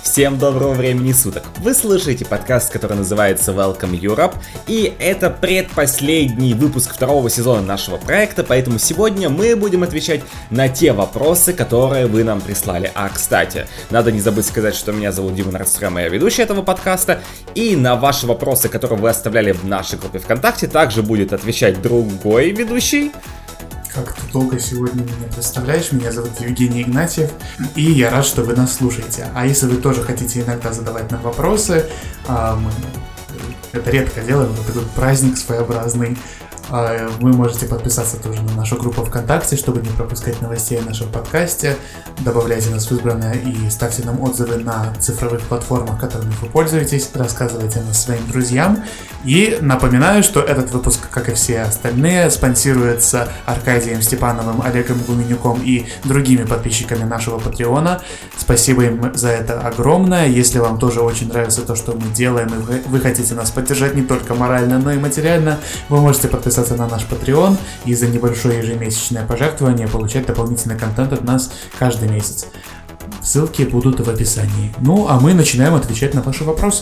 Всем доброго времени суток! Вы слышите подкаст, который называется Welcome Europe, и это предпоследний выпуск второго сезона нашего проекта, поэтому сегодня мы будем отвечать на те вопросы, которые вы нам прислали. А, кстати, надо не забыть сказать, что меня зовут Дима Нордстрём, я ведущий этого подкаста, и на ваши вопросы, которые вы оставляли в нашей группе ВКонтакте, также будет отвечать другой ведущий. Как ты долго сегодня меня представляешь, меня зовут Евгений Игнатьев, и я рад, что вы нас слушаете. А если вы тоже хотите иногда задавать нам вопросы, мы это редко делаем, это такой праздник своеобразный, вы можете подписаться тоже на нашу группу ВКонтакте, чтобы не пропускать новостей о нашем подкасте. Добавляйте нас в избранное и ставьте нам отзывы на цифровых платформах, которыми вы пользуетесь. Рассказывайте о нас своим друзьям. И напоминаю, что этот выпуск, как и все остальные, спонсируется Аркадием Степановым, Олегом Гуменюком и другими подписчиками нашего Патреона. Спасибо им за это огромное. Если вам тоже очень нравится то, что мы делаем, и вы хотите нас поддержать не только морально, но и материально, вы можете подписаться на наш Patreon и за небольшое ежемесячное пожертвование получать дополнительный контент от нас каждый месяц. Ссылки будут в описании. Ну, а мы начинаем отвечать на ваши вопросы.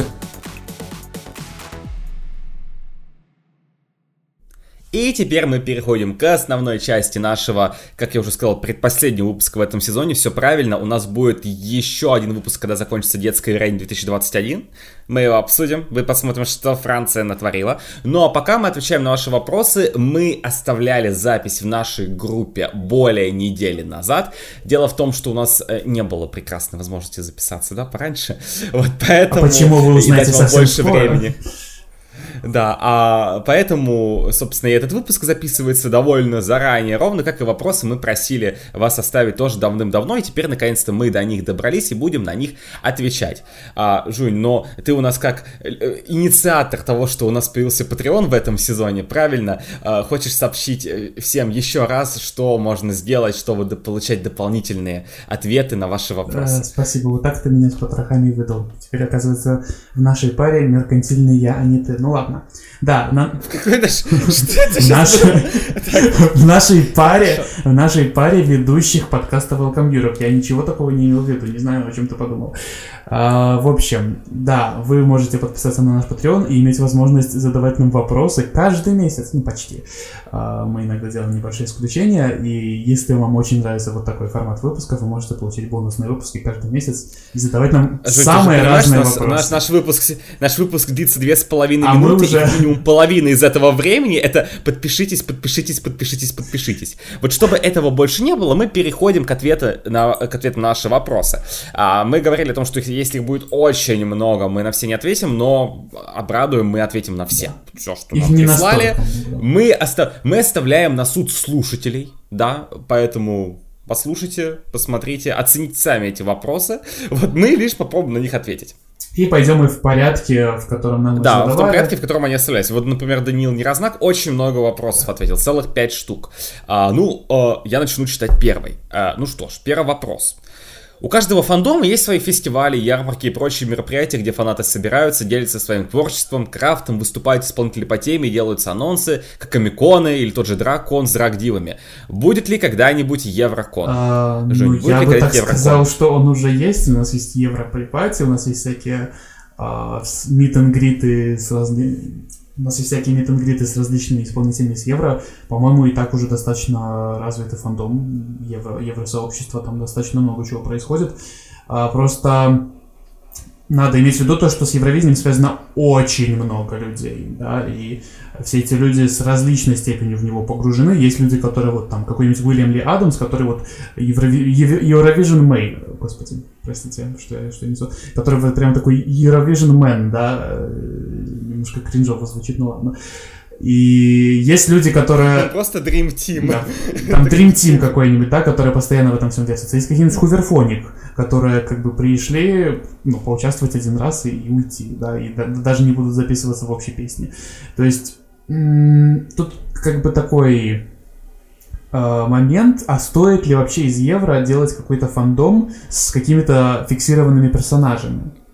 И теперь мы переходим к основной части нашего, как я уже сказал, предпоследнего выпуска в этом сезоне. Все правильно, у нас будет еще один выпуск, когда закончится детское Евровидение 2021. Мы его обсудим, вы посмотрим, что Франция натворила. Ну а пока мы отвечаем на ваши вопросы, мы оставляли запись в нашей группе более недели назад. Дело в том, что у нас не было прекрасной возможности записаться, да, пораньше. Вот поэтому... А почему вы узнаете совсем больше скоро? Времени. Да, поэтому, собственно, и этот выпуск записывается довольно заранее, ровно как и вопросы мы просили вас оставить тоже давным-давно, и теперь, наконец-то, мы до них добрались и будем на них отвечать. Жунь, но ты у нас как инициатор того, что у нас появился Patreon в этом сезоне, правильно? Хочешь сообщить всем еще раз, что можно сделать, чтобы получать дополнительные ответы на ваши вопросы? Спасибо, вот так ты меня с потрохами выдал. Теперь, оказывается, в нашей паре меркантильный я, а не ты. Ну ладно. Да, в нашей паре ведущих подкаста Welcome Europe. Я ничего такого не имел в виду, не знаю, о чем ты подумал. В общем, да, вы можете подписаться на наш Patreon и иметь возможность задавать нам вопросы каждый месяц, ну почти. Мы иногда делаем небольшие исключения, и если вам очень нравится вот такой формат выпусков, вы можете получить бонусные выпуски каждый месяц и задавать нам самые разные вопросы. Наш выпуск длится 2,5 минуты, и минимум половина из этого времени это подпишитесь. Вот чтобы этого больше не было, мы переходим к ответу на наши вопросы. Мы говорили о том, что если их будет очень много, мы на все не ответим, но обрадуем, мы ответим на все. Все, что нам прислали, мы оставляем на суд слушателей, да, поэтому послушайте, посмотрите, оцените сами эти вопросы. Вот мы лишь попробуем на них ответить. И пойдем и в порядке, в котором нам задавали. Да, в том порядке, в котором они оставлялись. Вот, например, Даниил Неразнак очень много вопросов ответил, целых 5 штук. Я начну читать первый. Ну что ж, первый вопрос. У каждого фандома есть свои фестивали, ярмарки и прочие мероприятия, где фанаты собираются, делятся своим творчеством, крафтом, выступают исполнители по теме, делаются анонсы, как комиконы или тот же дракон с драг-дивами. Будет ли когда-нибудь Еврокон? Жень, я бы так сказал, что он уже есть. У нас есть Европрипати, у нас есть всякие мит-н-гриты с разными... У нас есть всякие мит-н-гриты с различными исполнителями с Евро. По-моему, и так уже достаточно развитый фандом евросообщества, там достаточно много чего происходит. Просто надо иметь в виду то, что с Евровидением связано очень много людей, да, и все эти люди с различной степенью в него погружены. Есть люди, которые вот там, какой-нибудь Уильям Ли Адамс, который вот Eurovision May, господи, простите, что я несу, который вот прям такой Eurovision Man, да, немножко кринжово звучит, ну ладно. И есть люди, которые... Это просто Dream Team. Да, там Dream Team какой-нибудь, да, который постоянно в этом всем действует. Есть какие-нибудь Хуверфоник, которые как бы пришли, поучаствовать один раз и уйти, да, и даже не будут записываться в общей песне. То есть тут как бы такой момент, а стоит ли вообще из Евро делать какой-то фандом с какими-то фиксированными персонажами?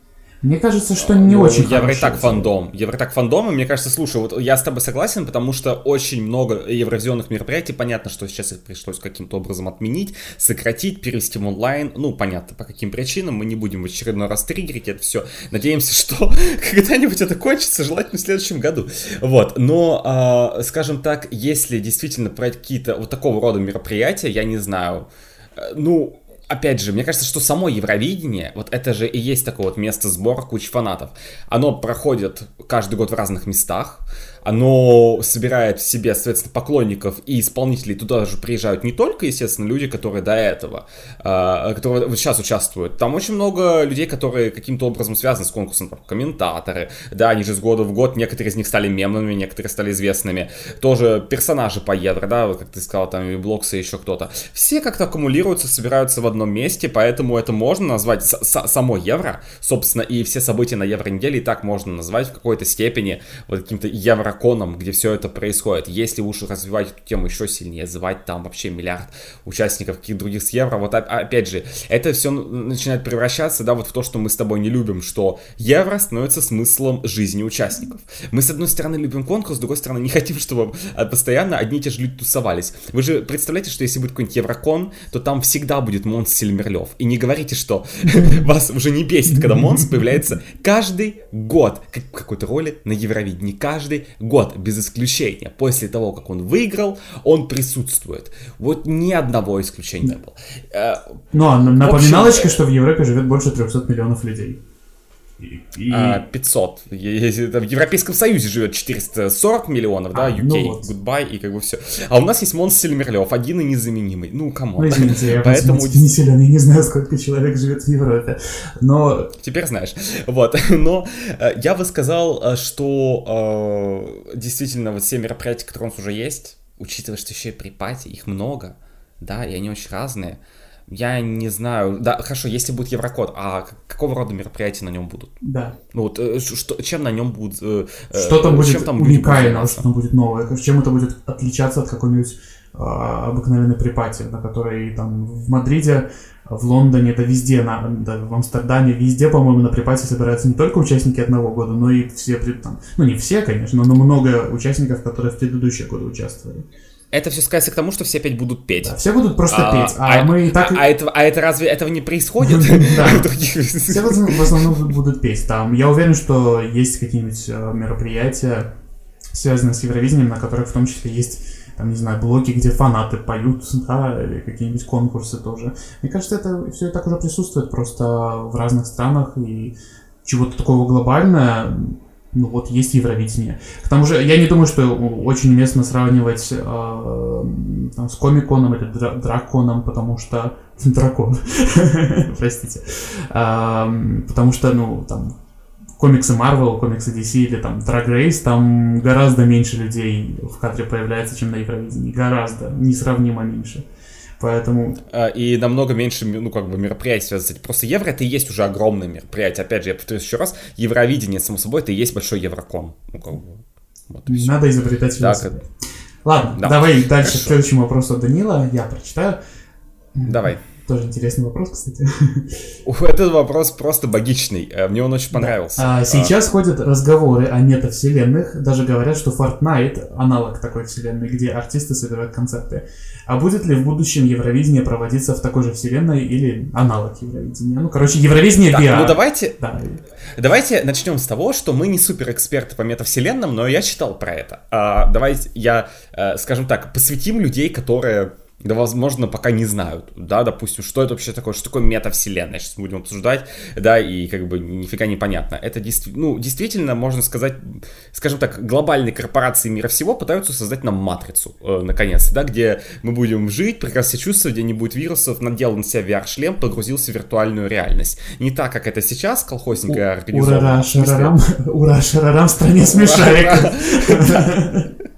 Мне кажется, что не очень Евротак фандом. Евротак фандом, и мне кажется, слушай, вот я с тобой согласен, потому что очень много евровизионных мероприятий, понятно, что сейчас их пришлось каким-то образом отменить, сократить, перевести в онлайн, ну, понятно, по каким причинам, мы не будем в очередной раз триггерить это все, надеемся, что когда-нибудь это кончится, желательно в следующем году, вот, но, скажем так, если действительно про какие-то вот такого рода мероприятия, я не знаю, ну, опять же, мне кажется, что само Евровидение, вот это же и есть такое вот место сбора кучи фанатов. Оно проходит каждый год в разных местах, оно собирает в себе, соответственно, поклонников и исполнителей. Туда же приезжают не только, естественно, люди, которые до этого, которые вот сейчас участвуют. Там очень много людей, которые каким-то образом связаны с конкурсом, там, комментаторы, да, они же с года в год, некоторые из них стали мемными, некоторые стали известными. Тоже персонажи по Евро, да, вот как ты сказал, там, и Блокс, и еще кто-то. Все как-то аккумулируются, собираются в одном месте, поэтому это можно назвать само Евро, собственно, и все события на Евро-неделе и так можно назвать в какой-то степени вот каким-то Евроконом, где все это происходит. Если уж развивать эту тему еще сильнее, звать там вообще миллиард участников каких-то других с Евро, вот опять же, это все начинает превращаться, да, вот в то, что мы с тобой не любим, что Евро становится смыслом жизни участников. Мы, с одной стороны, любим конкурс, с другой стороны, не хотим, чтобы постоянно одни и те же люди тусовались. Вы же представляете, что если будет какой-нибудь Еврокон, то там всегда будет Монс Сильмерлёв. И не говорите, что вас уже не бесит, когда Монс появляется каждый год в какой-то роли на Евровидении. Каждый год, без исключения. После того, как он выиграл, он присутствует. Вот ни одного исключения не было. Ну, а напоминалочка, что в Европе живет больше 300 миллионов людей. 500. В Европейском Союзе живет 440 миллионов, да, UK, ну вот. Goodbye и как бы все. А у нас есть Монс Сильмерлёв, один и незаменимый. Ну, камон. Ну, извините, я поэтому не силен, я не знаю, сколько человек живет в Европе. Но... Теперь знаешь. Вот. Но я бы сказал, что действительно вот все мероприятия, которые у нас уже есть, учитывая, что еще и при пати, их много, да, и они очень разные. Я не знаю. Да, хорошо, если будет Еврокод, а какого рода мероприятия на нем будут? Да. Ну вот, чем на нем будут... Что там будет уникально, что там будет новое? Чем это будет отличаться от какой-нибудь обыкновенной припати, на которой там в Мадриде, в Лондоне, да везде, в Амстердаме, везде, по-моему, на припати собираются не только участники одного года, но и все, там, ну не все, конечно, но много участников, которые в предыдущие годы участвовали. Это все сказывается к тому, что все опять будут петь. Да, все будут просто петь, мы и так... это разве этого не происходит? Да, все в основном будут петь. Там, я уверен, что есть какие-нибудь мероприятия, связанные с Евровидением, на которых в том числе есть, там, не знаю, блоки, где фанаты поют, да, или какие-нибудь конкурсы тоже. Мне кажется, это все и так уже присутствует просто в разных странах, и чего-то такого глобального... Ну вот есть Евровидение. К тому же, я не думаю, что очень уместно сравнивать там, с Комик-коном или Драконом, потому что... Дракон. Простите. Потому что, ну, там, комиксы Marvel, комиксы DC или там Drag Race, там гораздо меньше людей в кадре появляется, чем на Евровидении. Гораздо. Несравнимо меньше. Поэтому... И намного меньше, ну, как бы, мероприятий связано с этим. Просто Евро — это и есть уже огромное мероприятие. Опять же, я повторюсь еще раз, Евровидение, само собой, это и есть большой Еврокон. Ну, как бы, вот надо изобретать велосипед. Да, Ладно, да. Давай дальше к следующему вопросу от Данила. Я прочитаю. Давай. Тоже интересный вопрос, кстати. Этот вопрос просто богичный. Мне он очень понравился. Сейчас ходят разговоры о метавселенных. Даже говорят, что Fortnite — аналог такой вселенной, где артисты собирают концерты. А будет ли в будущем Евровидение проводиться в такой же вселенной или аналог Евровидения? Ну, короче, Евровидение VR. Ну, давайте начнем с того, что мы не суперэксперты по метавселенным, но я читал про это. Давайте скажем так, посвятим людей, которые... Да, возможно, пока не знают, да, допустим, что это вообще такое, что такое метавселенная, сейчас мы будем обсуждать, да, и как бы нифига не понятно. Это действительно, можно сказать, скажем так, глобальные корпорации мира всего пытаются создать нам матрицу, наконец-то, да, где мы будем жить, прекрасно себя чувствовать, где не будет вирусов, надел на себя VR-шлем, погрузился в виртуальную реальность. Не так, как это сейчас, колхозненько организовано. Ура, шарарам, в стране смешариков.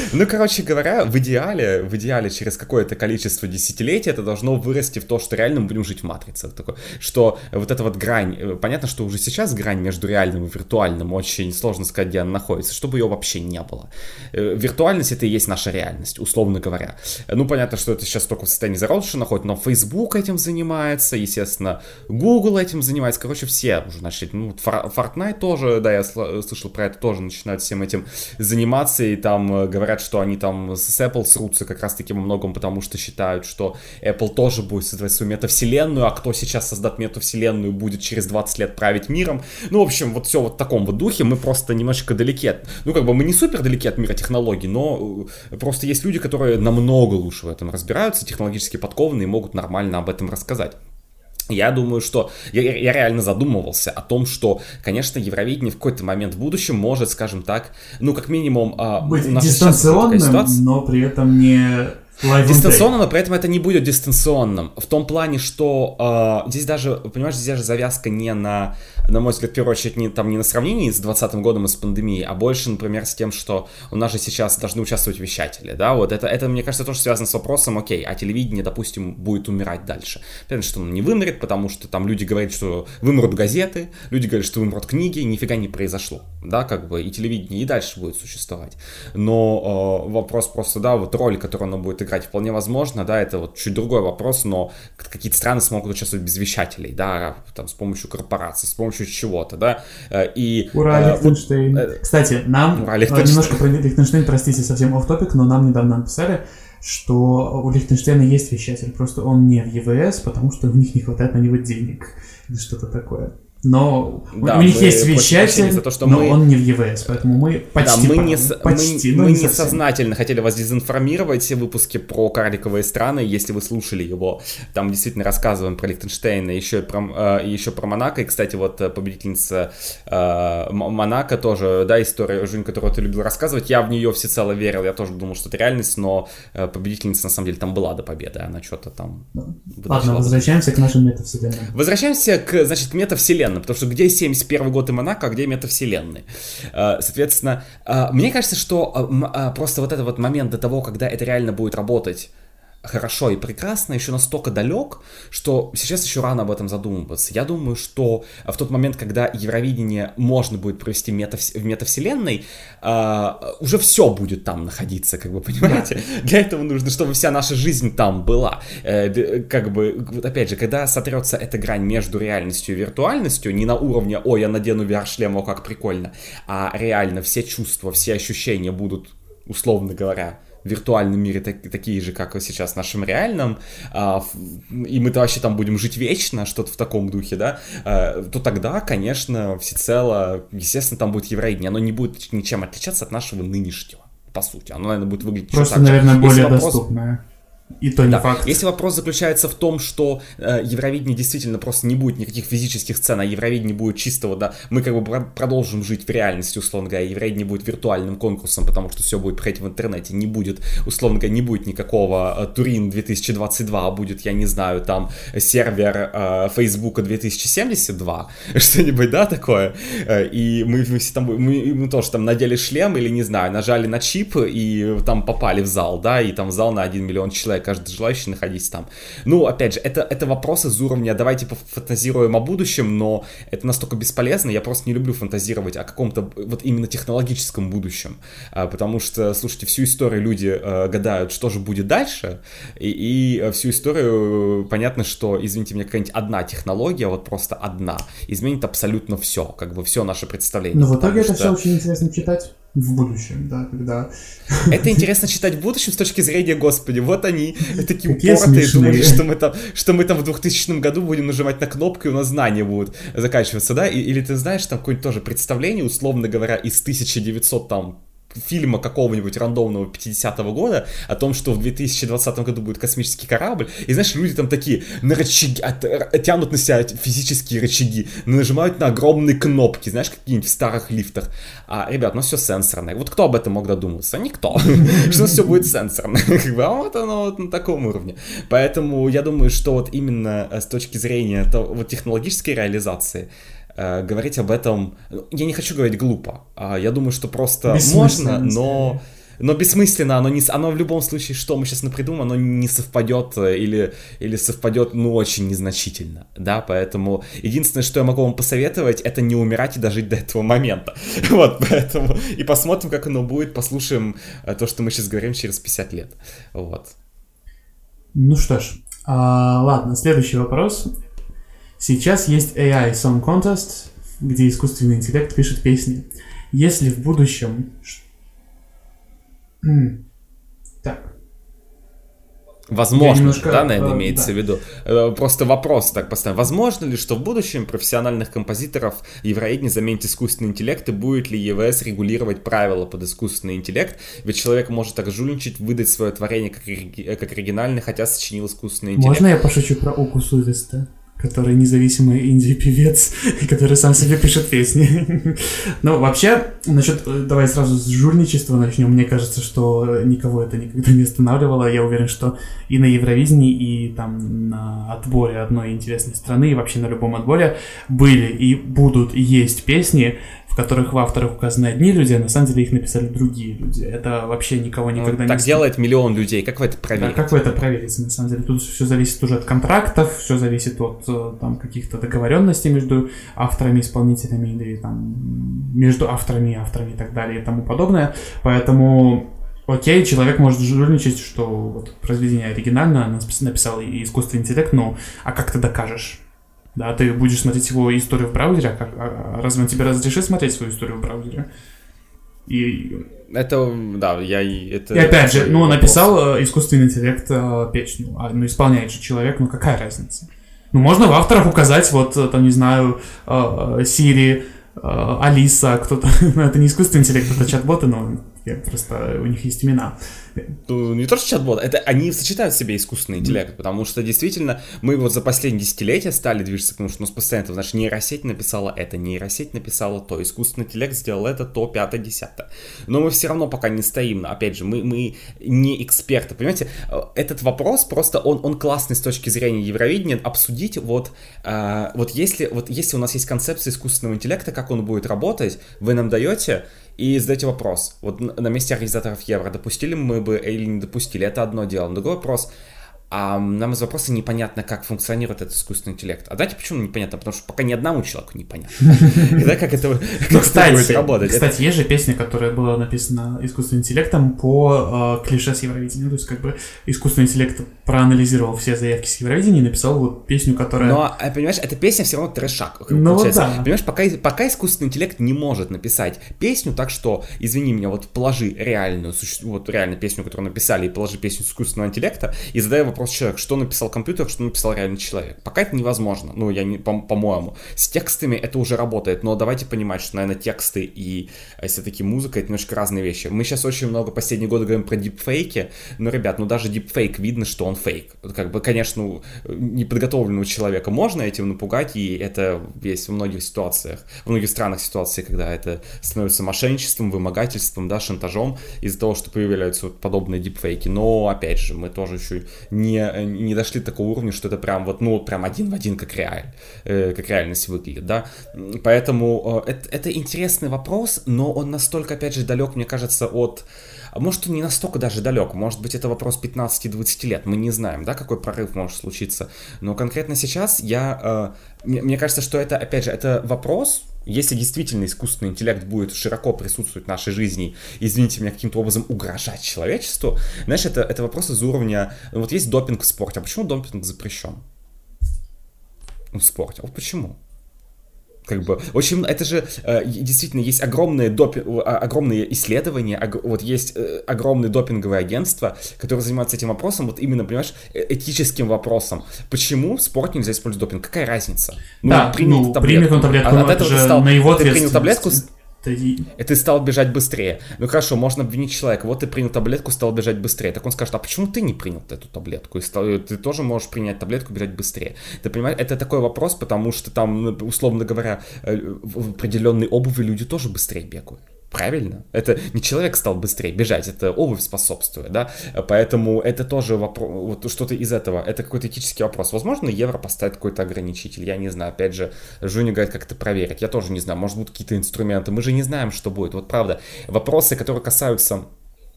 Ну, короче говоря, в идеале через какое-то количество десятилетий это должно вырасти в то, что реально мы будем жить в матрице. Что вот эта вот грань, понятно, что уже сейчас грань между реальным и виртуальным очень сложно сказать, где она находится, чтобы ее вообще не было. Виртуальность — это и есть наша реальность, условно говоря. Ну, понятно, что это сейчас только в состоянии зародыша находится, но Facebook этим занимается, естественно, Google этим занимается, короче, все уже начали. Ну, Fortnite тоже, да, я слышал про это, тоже начинают всем этим заниматься, и там говорят, что они там с Apple срутся как раз-таки во многом, потому что считают, что Apple тоже будет создавать свою метавселенную, а кто сейчас создаст метавселенную, будет через 20 лет править миром. Ну, в общем, вот все вот в таком вот духе, мы просто немножечко далеки от... Ну, как бы мы не супер далеки от мира технологий, но просто есть люди, которые намного лучше в этом разбираются, технологически подкованные, и могут нормально об этом рассказать. Я думаю, что я реально задумывался о том, что, конечно, Евровидение в какой-то момент в будущем может, скажем так, ну, как минимум... быть дистанционным, но при этом не... Дистанционно, но при этом это не будет дистанционным. В том плане, что здесь даже, понимаешь, здесь даже завязка не на мой взгляд, в первую очередь, не на сравнении с 2020 годом и с пандемией, а больше, например, с тем, что у нас же сейчас должны участвовать вещатели, да, вот это мне кажется, тоже связано с вопросом, окей, а телевидение, допустим, будет умирать дальше. Понятно, что оно не вымрет, потому что там люди говорят, что вымрут газеты, люди говорят, что вымрут книги, нифига не произошло, да, как бы, и телевидение и дальше будет существовать. Но вопрос просто, да, вот роль, которую оно будет играть, вполне возможно, да, это вот чуть другой вопрос, но какие-то страны смогут участвовать без вещателей, да, там, с помощью корпораций, с помощью чего-то, да, и... Ура, Лихтенштейн. Кстати, нам немножко про Лихтенштейн, простите, совсем офф-топик, но нам недавно написали, что у Лихтенштейна есть вещатель, просто он не в ЕВС, потому что у них не хватает на него денег или что-то такое. Но да, у них есть вещатель, за то, что но он не в ЕВС, поэтому мы почти мы несознательно хотели вас дезинформировать. Все выпуски про карликовые страны, если вы слушали его, там действительно рассказываем про Лихтенштейна, еще про Монако. И, кстати, вот победительница Монако тоже, да, история, Жень, которую ты любил рассказывать, я в нее всецело верил, я тоже думал, что это реальность, но победительница, на самом деле, там была до победы, она что-то там... Ладно, возвращаемся к нашим метавселенным. Возвращаемся к, значит, к метавселенным. Потому что где 71 год и Монако, а где метавселенные. Соответственно, мне кажется, что просто вот этот вот момент до того, когда это реально будет работать хорошо и прекрасно, еще настолько далек, что сейчас еще рано об этом задумываться. Я думаю, что в тот момент, когда Евровидение можно будет провести в метавселенной, уже все будет там находиться, как бы, понимаете? Для этого нужно, чтобы вся наша жизнь там была. Как бы, вот опять же, когда сотрется эта грань между реальностью и виртуальностью, не на уровне «Ой, я надену VR-шлем, о, как прикольно», а реально все чувства, все ощущения будут, условно говоря, в виртуальном мире такие же, как и сейчас в нашем реальном, и мы-то вообще там будем жить вечно, что-то в таком духе, да, то тогда, конечно, всецело, естественно, там будет Евровидение, оно не будет ничем отличаться от нашего нынешнего, по сути, оно, наверное, будет выглядеть просто, так наверное, же. Более доступное. И то не да. Факт. Если вопрос заключается в том, что Евровидение действительно просто не будет никаких физических сцен, а Евровидение будет чистого, да, мы как бы продолжим жить в реальности, условно говоря, Евровидение будет виртуальным конкурсом, потому что все будет проходить в интернете, не будет, условно говоря, не будет никакого Турин 2022, а будет, я не знаю, там сервер Фейсбука 2072, что-нибудь, да, такое, и мы все там, мы тоже там надели шлем или, не знаю, нажали на чип и там попали в зал, да, и там зал на 1 миллион человек, каждый желающий находиться там. Ну, опять же, это вопросы из уровня давайте пофантазируем о будущем, но это настолько бесполезно, я просто не люблю фантазировать о каком-то вот именно технологическом будущем, потому что, слушайте, всю историю люди гадают, что же будет дальше, и всю историю понятно, что, извините меня, какая-нибудь одна технология, вот просто одна, изменит абсолютно все, как бы все наше представление. Но в итоге это все очень интересно читать. В будущем, да, когда... Это интересно читать в будущем с точки зрения, господи, вот они такие упоротые, думали, что мы там в 2000 году будем нажимать на кнопку, и у нас знания будут заканчиваться, да, или ты знаешь, там какое-нибудь тоже представление, условно говоря, из 1900 там фильма какого-нибудь рандомного 50-го года о том, что в 2020 году будет космический корабль, и знаешь, люди там такие на рычаги, тянут на себя физические рычаги, нажимают на огромные кнопки, знаешь, какие-нибудь в старых лифтах. А, ребят, у нас все сенсорное. Вот кто об этом мог додуматься? Никто. Что у нас все будет сенсорно. А вот оно вот на таком уровне. Поэтому я думаю, что вот именно с точки зрения вот технологической реализации говорить об этом, я не хочу говорить глупо, я думаю, что просто можно, но Но бессмысленно, оно в любом случае, что мы сейчас напридумаем, оно не совпадет или совпадет, ну, очень незначительно, да, поэтому единственное, что я могу вам посоветовать, это не умирать и дожить до этого момента, вот, поэтому, и посмотрим, как оно будет, послушаем то, что мы сейчас говорим через 50 лет, вот. Ну что ж, ладно, следующий вопрос. Сейчас есть AI Song Contest, где искусственный интеллект пишет песни. Если в будущем... Так. Возможно, да, наверное, имеется в виду. Просто вопрос так поставим. Возможно ли, что в будущем профессиональных композиторов Евровидения заменит искусственный интеллект, и будет ли ЕВС регулировать правила под искусственный интеллект? Ведь человек может так жульничать, выдать свое творение как оригинальное, хотя сочинил искусственный интеллект. Можно я пошучу про Укусу Веста? Который независимый инди-певец, который сам себе пишет песни. Ну, вообще, давай сразу с жульничества начнем. Мне кажется, что никого это никогда не останавливало. Я уверен, что и на Евровидении, и там на отборе одной интересной страны, и вообще на любом отборе были и будут и есть песни, в которых в авторах указаны одни люди, а на самом деле их написали другие люди. Это вообще никого никогда не... Так делает миллион людей. Как вы это проверите? Да, как вы это проверите, на самом деле? Тут все зависит уже от контрактов, все зависит от там каких-то договоренностей между авторами, исполнителями, или там между авторами и так далее и тому подобное. Поэтому, окей, человек может жульничать, что вот произведение оригинально написал и искусственный интеллект, но а как ты докажешь? Да, ты будешь смотреть его историю в браузере, разве он тебе разрешит смотреть свою историю в браузере? Это, да, И опять же, написал искусственный интеллект песню, исполняет же человек, какая разница? Можно в авторах указать, там, не знаю, Siri, Алиса, кто-то, это не искусственный интеллект, это чат-боты, но просто у них есть имена. Ну, не то, что чат-бот, это они сочетают в себе искусственный интеллект, потому что действительно мы вот за последние десятилетия стали движется к тому, что у нас постоянно, значит, нейросеть написала это, нейросеть написала то, искусственный интеллект сделал это, то, пятое, десятое. Но мы все равно пока не стоим, опять же, мы не эксперты, понимаете? Этот вопрос просто, он классный с точки зрения Евровидения, обсудить если у нас есть концепция искусственного интеллекта, как он будет работать, вы нам даете и задаете вопрос. Вот на месте организаторов Евро допустили мы бы или не допустили, это одно дело. Другой вопрос, нам из вопроса непонятно, как функционирует этот искусственный интеллект. А знаете, почему непонятно? Потому что пока ни одному человеку непонятно. Да, как это будет работать. Кстати, есть же песня, которая была написана искусственным интеллектом по клише с Евровидения. То есть, искусственный интеллект проанализировал все заявки с Евровидения и написал песню, которая... Но, понимаешь, эта песня все равно трешак. Да. Понимаешь, пока искусственный интеллект не может написать песню, так что, извини меня, положи реальную песню, которую написали, и положи песню искусственного интеллекта, и задай вопрос человек, что написал компьютер, что написал реальный человек. Пока это невозможно, по-моему. С текстами это уже работает, но давайте понимать, что, наверное, тексты и все-таки музыка — это немножко разные вещи. Мы сейчас очень много последние годы говорим про дипфейки, но, ребят, даже дипфейк видно, что он фейк. Конечно, неподготовленного человека можно этим напугать, и это есть в многих ситуациях, в многих странах ситуации, когда это становится мошенничеством, вымогательством, да, шантажом из-за того, что появляются подобные дипфейки. Но, опять же, мы тоже еще не дошли до такого уровня, что это прям прям один в один как реальность выглядит, да. Поэтому это интересный вопрос, но он настолько, опять же, далек, мне кажется, может, он не настолько даже далек, может быть, это вопрос 15-20 лет, мы не знаем, да, какой прорыв может случиться, но конкретно сейчас мне кажется, что это, опять же, это вопрос, если действительно искусственный интеллект будет широко присутствовать в нашей жизни, извините меня, каким-то образом угрожать человечеству, знаешь, это вопрос из уровня, есть допинг в спорте, а почему допинг запрещен в спорте? Почему? Это же действительно есть огромные исследования, есть огромные допинговые агентства, которые занимаются этим вопросом, именно, понимаешь, этическим вопросом. Почему в спорте нельзя использовать допинг? Какая разница? Примет он таблетку, от этого ты принял таблетку, И ты стал бежать быстрее. Ну хорошо, можно обвинить человека. Вот ты принял таблетку, стал бежать быстрее. Так он скажет, а почему ты не принял эту таблетку? Ты тоже можешь принять таблетку, бежать быстрее. Ты понимаешь, это такой вопрос, потому что там, условно говоря, в определенной обуви люди тоже быстрее бегают. Правильно? Это не человек стал быстрее бежать, это обувь способствует, да? Поэтому это тоже вопрос, что-то из этого, это какой-то этический вопрос. Возможно, Евро поставит какой-то ограничитель, я не знаю. Опять же, Жуня говорит, как это проверить. Я тоже не знаю, может будут какие-то инструменты, мы же не знаем, что будет. Правда, вопросы, которые касаются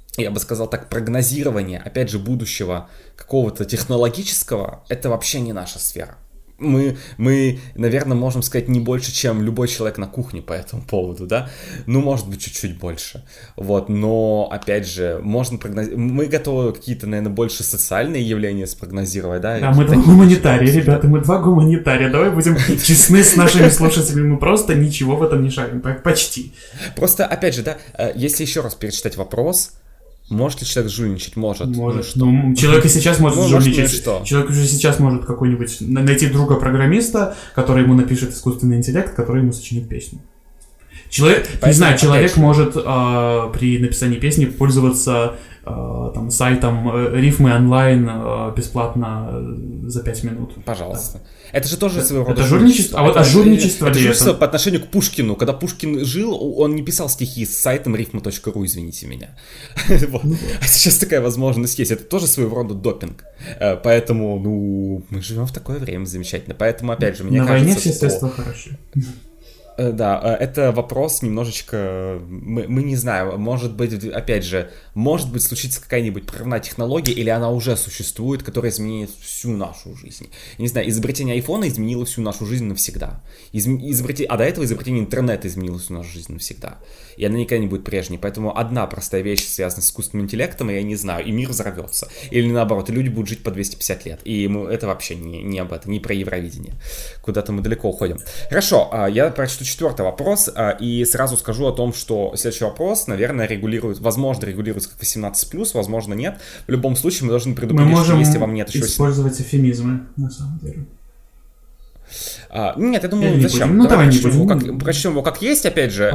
я бы сказал так, прогнозирование, опять же, будущего какого-то технологического, это вообще не наша сфера. Мы, наверное, можем сказать не больше, чем любой человек на кухне по этому поводу, да? Ну, может быть, чуть-чуть больше. Вот, но, опять же, можно прогнозировать... Мы готовы какие-то, наверное, больше социальные явления спрогнозировать, да? Да, мы два гуманитария, ребята, мы два гуманитария. Давай будем честны с нашими слушателями, мы просто ничего в этом не шарим, почти. Просто, опять же, да, если еще раз перечитать вопрос... Может ли человек жульничать? Может. Может. Ну, человек и сейчас может жульничать. Человек уже сейчас может какой-нибудь найти друга программиста, который ему напишет искусственный интеллект, который ему сочинит песню. Человек, не знаю, человек может при написании песни пользоваться там, сайтом рифмы онлайн бесплатно за 5 минут. Пожалуйста. Да. Это же тоже своего рода это жульничество. А вот жульничество это жульничество по отношению к Пушкину. Когда Пушкин жил, он не писал стихи с сайтом рифма.ру, извините меня. А сейчас такая возможность есть. Это тоже своего рода допинг. Поэтому, ну, мы живем в такое время замечательно. Поэтому, опять же, мне кажется, на войне все средства хороши. Да, это вопрос немножечко, мы не знаем, может быть, опять же, может быть случится какая-нибудь прорывная технология, или она уже существует, которая изменит всю нашу жизнь. Я не знаю, изобретение айфона изменило всю нашу жизнь навсегда. А до этого изобретение интернета изменило всю нашу жизнь навсегда. И она никогда не будет прежней. Поэтому одна простая вещь, связанная с искусственным интеллектом, я не знаю, и мир взорвется. Или наоборот, и люди будут жить по 250 лет. И это вообще не об этом, не про Евровидение. Куда-то мы далеко уходим. Хорошо, я прочту 4-й вопрос, и сразу скажу о том, что следующий вопрос, наверное, возможно, регулируется как 18+, возможно, нет. В любом случае, мы должны предупредить, что если вам нет еще... Мы можем использовать эфемизмы, на самом деле. Нет, я думаю, зачем? Давай прочтем его как есть, опять же.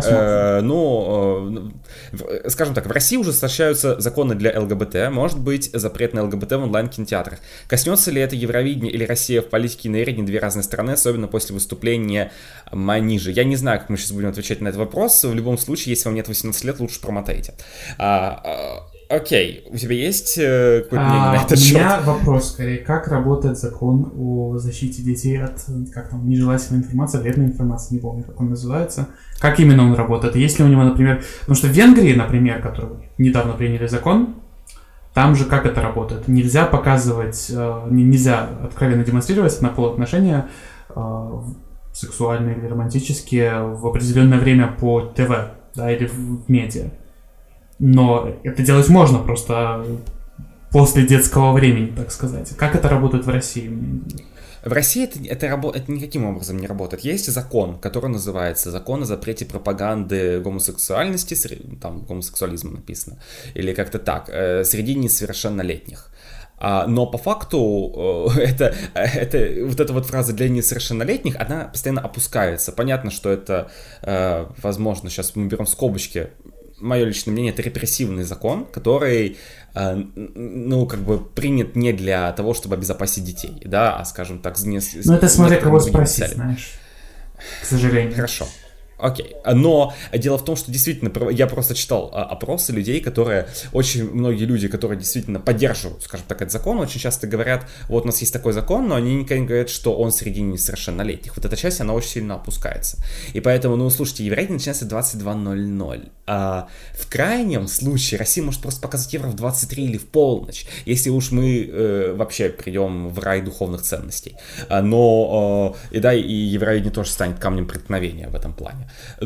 Скажем так, в России ужесточаются законы для ЛГБТ, может быть запрет на ЛГБТ в онлайн-кинотеатрах. Коснется ли это Евровидение или Россия в политике на Ирине, две разные страны, особенно после выступления Манижи? Я не знаю, как мы сейчас будем отвечать на этот вопрос. В любом случае, если вам нет 18 лет, лучше промотайте. Окей, у тебя есть какое-то мнение на этот счет? У меня вопрос, скорее, как работает закон о защите детей от, нежелательной информации, вредной информации, не помню, как он называется. Как именно он работает? Есть ли у него, например... Потому что в Венгрии, например, которую недавно приняли закон, там же как это работает? Нельзя показывать, нельзя откровенно демонстрировать однополые отношения сексуальные или романтические в определенное время по ТВ, да, или в медиа. Но это делать можно просто после детского времени, так сказать. Как это работает в России? В России это никаким образом не работает. Есть закон, который называется «Закон о запрете пропаганды гомосексуальности», там гомосексуализма написано, или как-то так, среди несовершеннолетних. Но по факту это вот эта вот фраза для несовершеннолетних, она постоянно опускается. Понятно, что это, возможно, сейчас мы берем в скобочки, мое личное мнение, это репрессивный закон, который, принят не для того, чтобы обезопасить детей, да, а, скажем так, это смотря кого спросить, знаешь, к сожалению. Хорошо. Окей, но дело в том, что действительно, я просто читал опросы людей, очень многие люди, которые действительно поддерживают, скажем так, этот закон, очень часто говорят, вот у нас есть такой закон, но они никогда не говорят, что он среди несовершеннолетних. Вот эта часть, она очень сильно опускается. И поэтому, слушайте, Евровидение начинается в 22:00. В крайнем случае Россия может просто показать Евро в 23 или в полночь, если уж мы вообще придем в рай духовных ценностей. Но, и Евровидение тоже станет камнем преткновения в этом плане.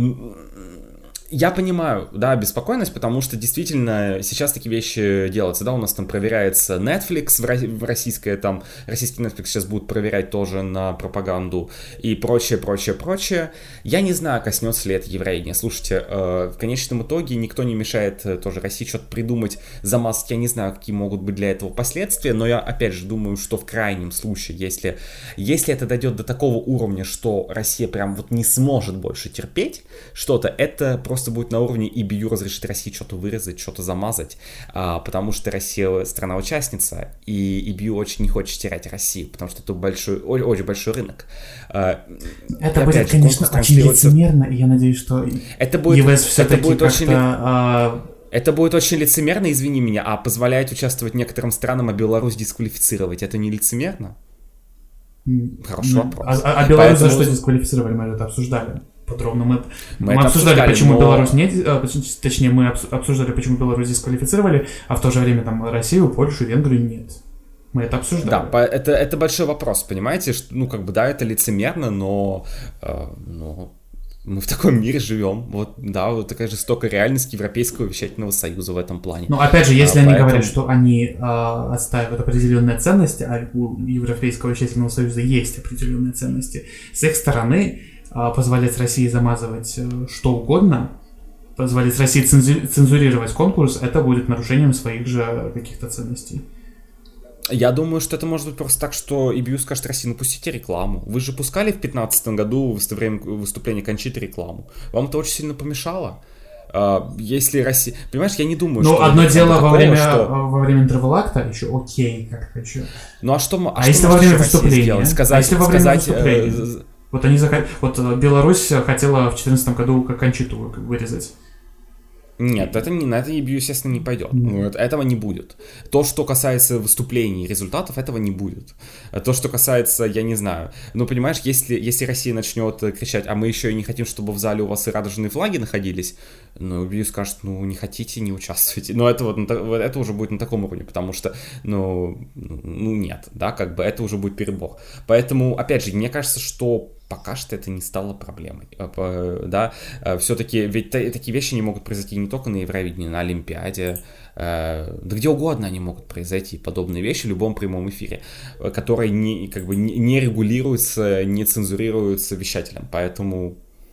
Я понимаю, да, беспокойность, потому что действительно сейчас такие вещи делаются, да, у нас там проверяется Netflix, российский Netflix сейчас будут проверять тоже на пропаганду и прочее. Я не знаю, коснется ли это Евровидение. Слушайте, в конечном итоге никто не мешает тоже России что-то придумать, замазать, я не знаю, какие могут быть для этого последствия, но я опять же думаю, что в крайнем случае, если это дойдет до такого уровня, что Россия прям вот не сможет больше терпеть что-то, это просто будет на уровне EBU разрешить России что-то вырезать, что-то замазать, потому что Россия страна-участница, и EBU очень не хочет терять Россию, потому что это очень большой рынок. Это будет, конечно, очень лицемерно, и я надеюсь, что ЕВС все-таки как-то... Это будет очень лицемерно, извини меня, а позволяет участвовать некоторым странам, а Беларусь дисквалифицировать, это не лицемерно? Хороший вопрос. А Беларусь за что дисквалифицировали, мы это обсуждали. подробно. Мы обсуждали, почему Беларусь точнее, мы обсуждали, почему Беларусь дисквалифицировали, а в то же время там Россию, Польшу, Венгрию нет. Мы это обсуждали. Да, это большой вопрос, понимаете? Да, это лицемерно, но мы в таком мире живем. Вот такая жестокая реальность Европейского вещательного союза в этом плане. Но опять же, если они говорят, что они отстаивают определенные ценности, а у Европейского вещательного союза есть определенные ценности, с их стороны позволять России замазывать что угодно, позволять России цензурировать конкурс, это будет нарушением своих же каких-то ценностей. Я думаю, что это может быть просто так, что EBU скажет России, пустите рекламу. Вы же пускали в 2015 году во время выступления Кончиты рекламу. Вам это очень сильно помешало? Если Россия... Понимаешь, я не думаю, что... одно дело во время интервал-акта еще окей, как-то еще. Если во время выступления? Если во время выступления? Беларусь хотела в 2014 году Кончиту вырезать. Нет, на это EBU, естественно, не пойдет. Этого не будет. То, что касается выступлений и результатов, этого не будет. То, что касается, я не знаю, понимаешь, если Россия начнет кричать, а мы еще и не хотим, чтобы в зале у вас и радужные флаги находились, EBU скажет, не хотите, не участвуйте. Но это уже будет на таком уровне, потому что, нет, да, это уже будет перебор. Поэтому, опять же, мне кажется, что пока что это не стало проблемой, да, все-таки, ведь такие вещи не могут произойти не только на Евровидении, на Олимпиаде, да где угодно они могут произойти, подобные вещи в любом прямом эфире, которые не регулируются, не цензурируются вещателем, поэтому...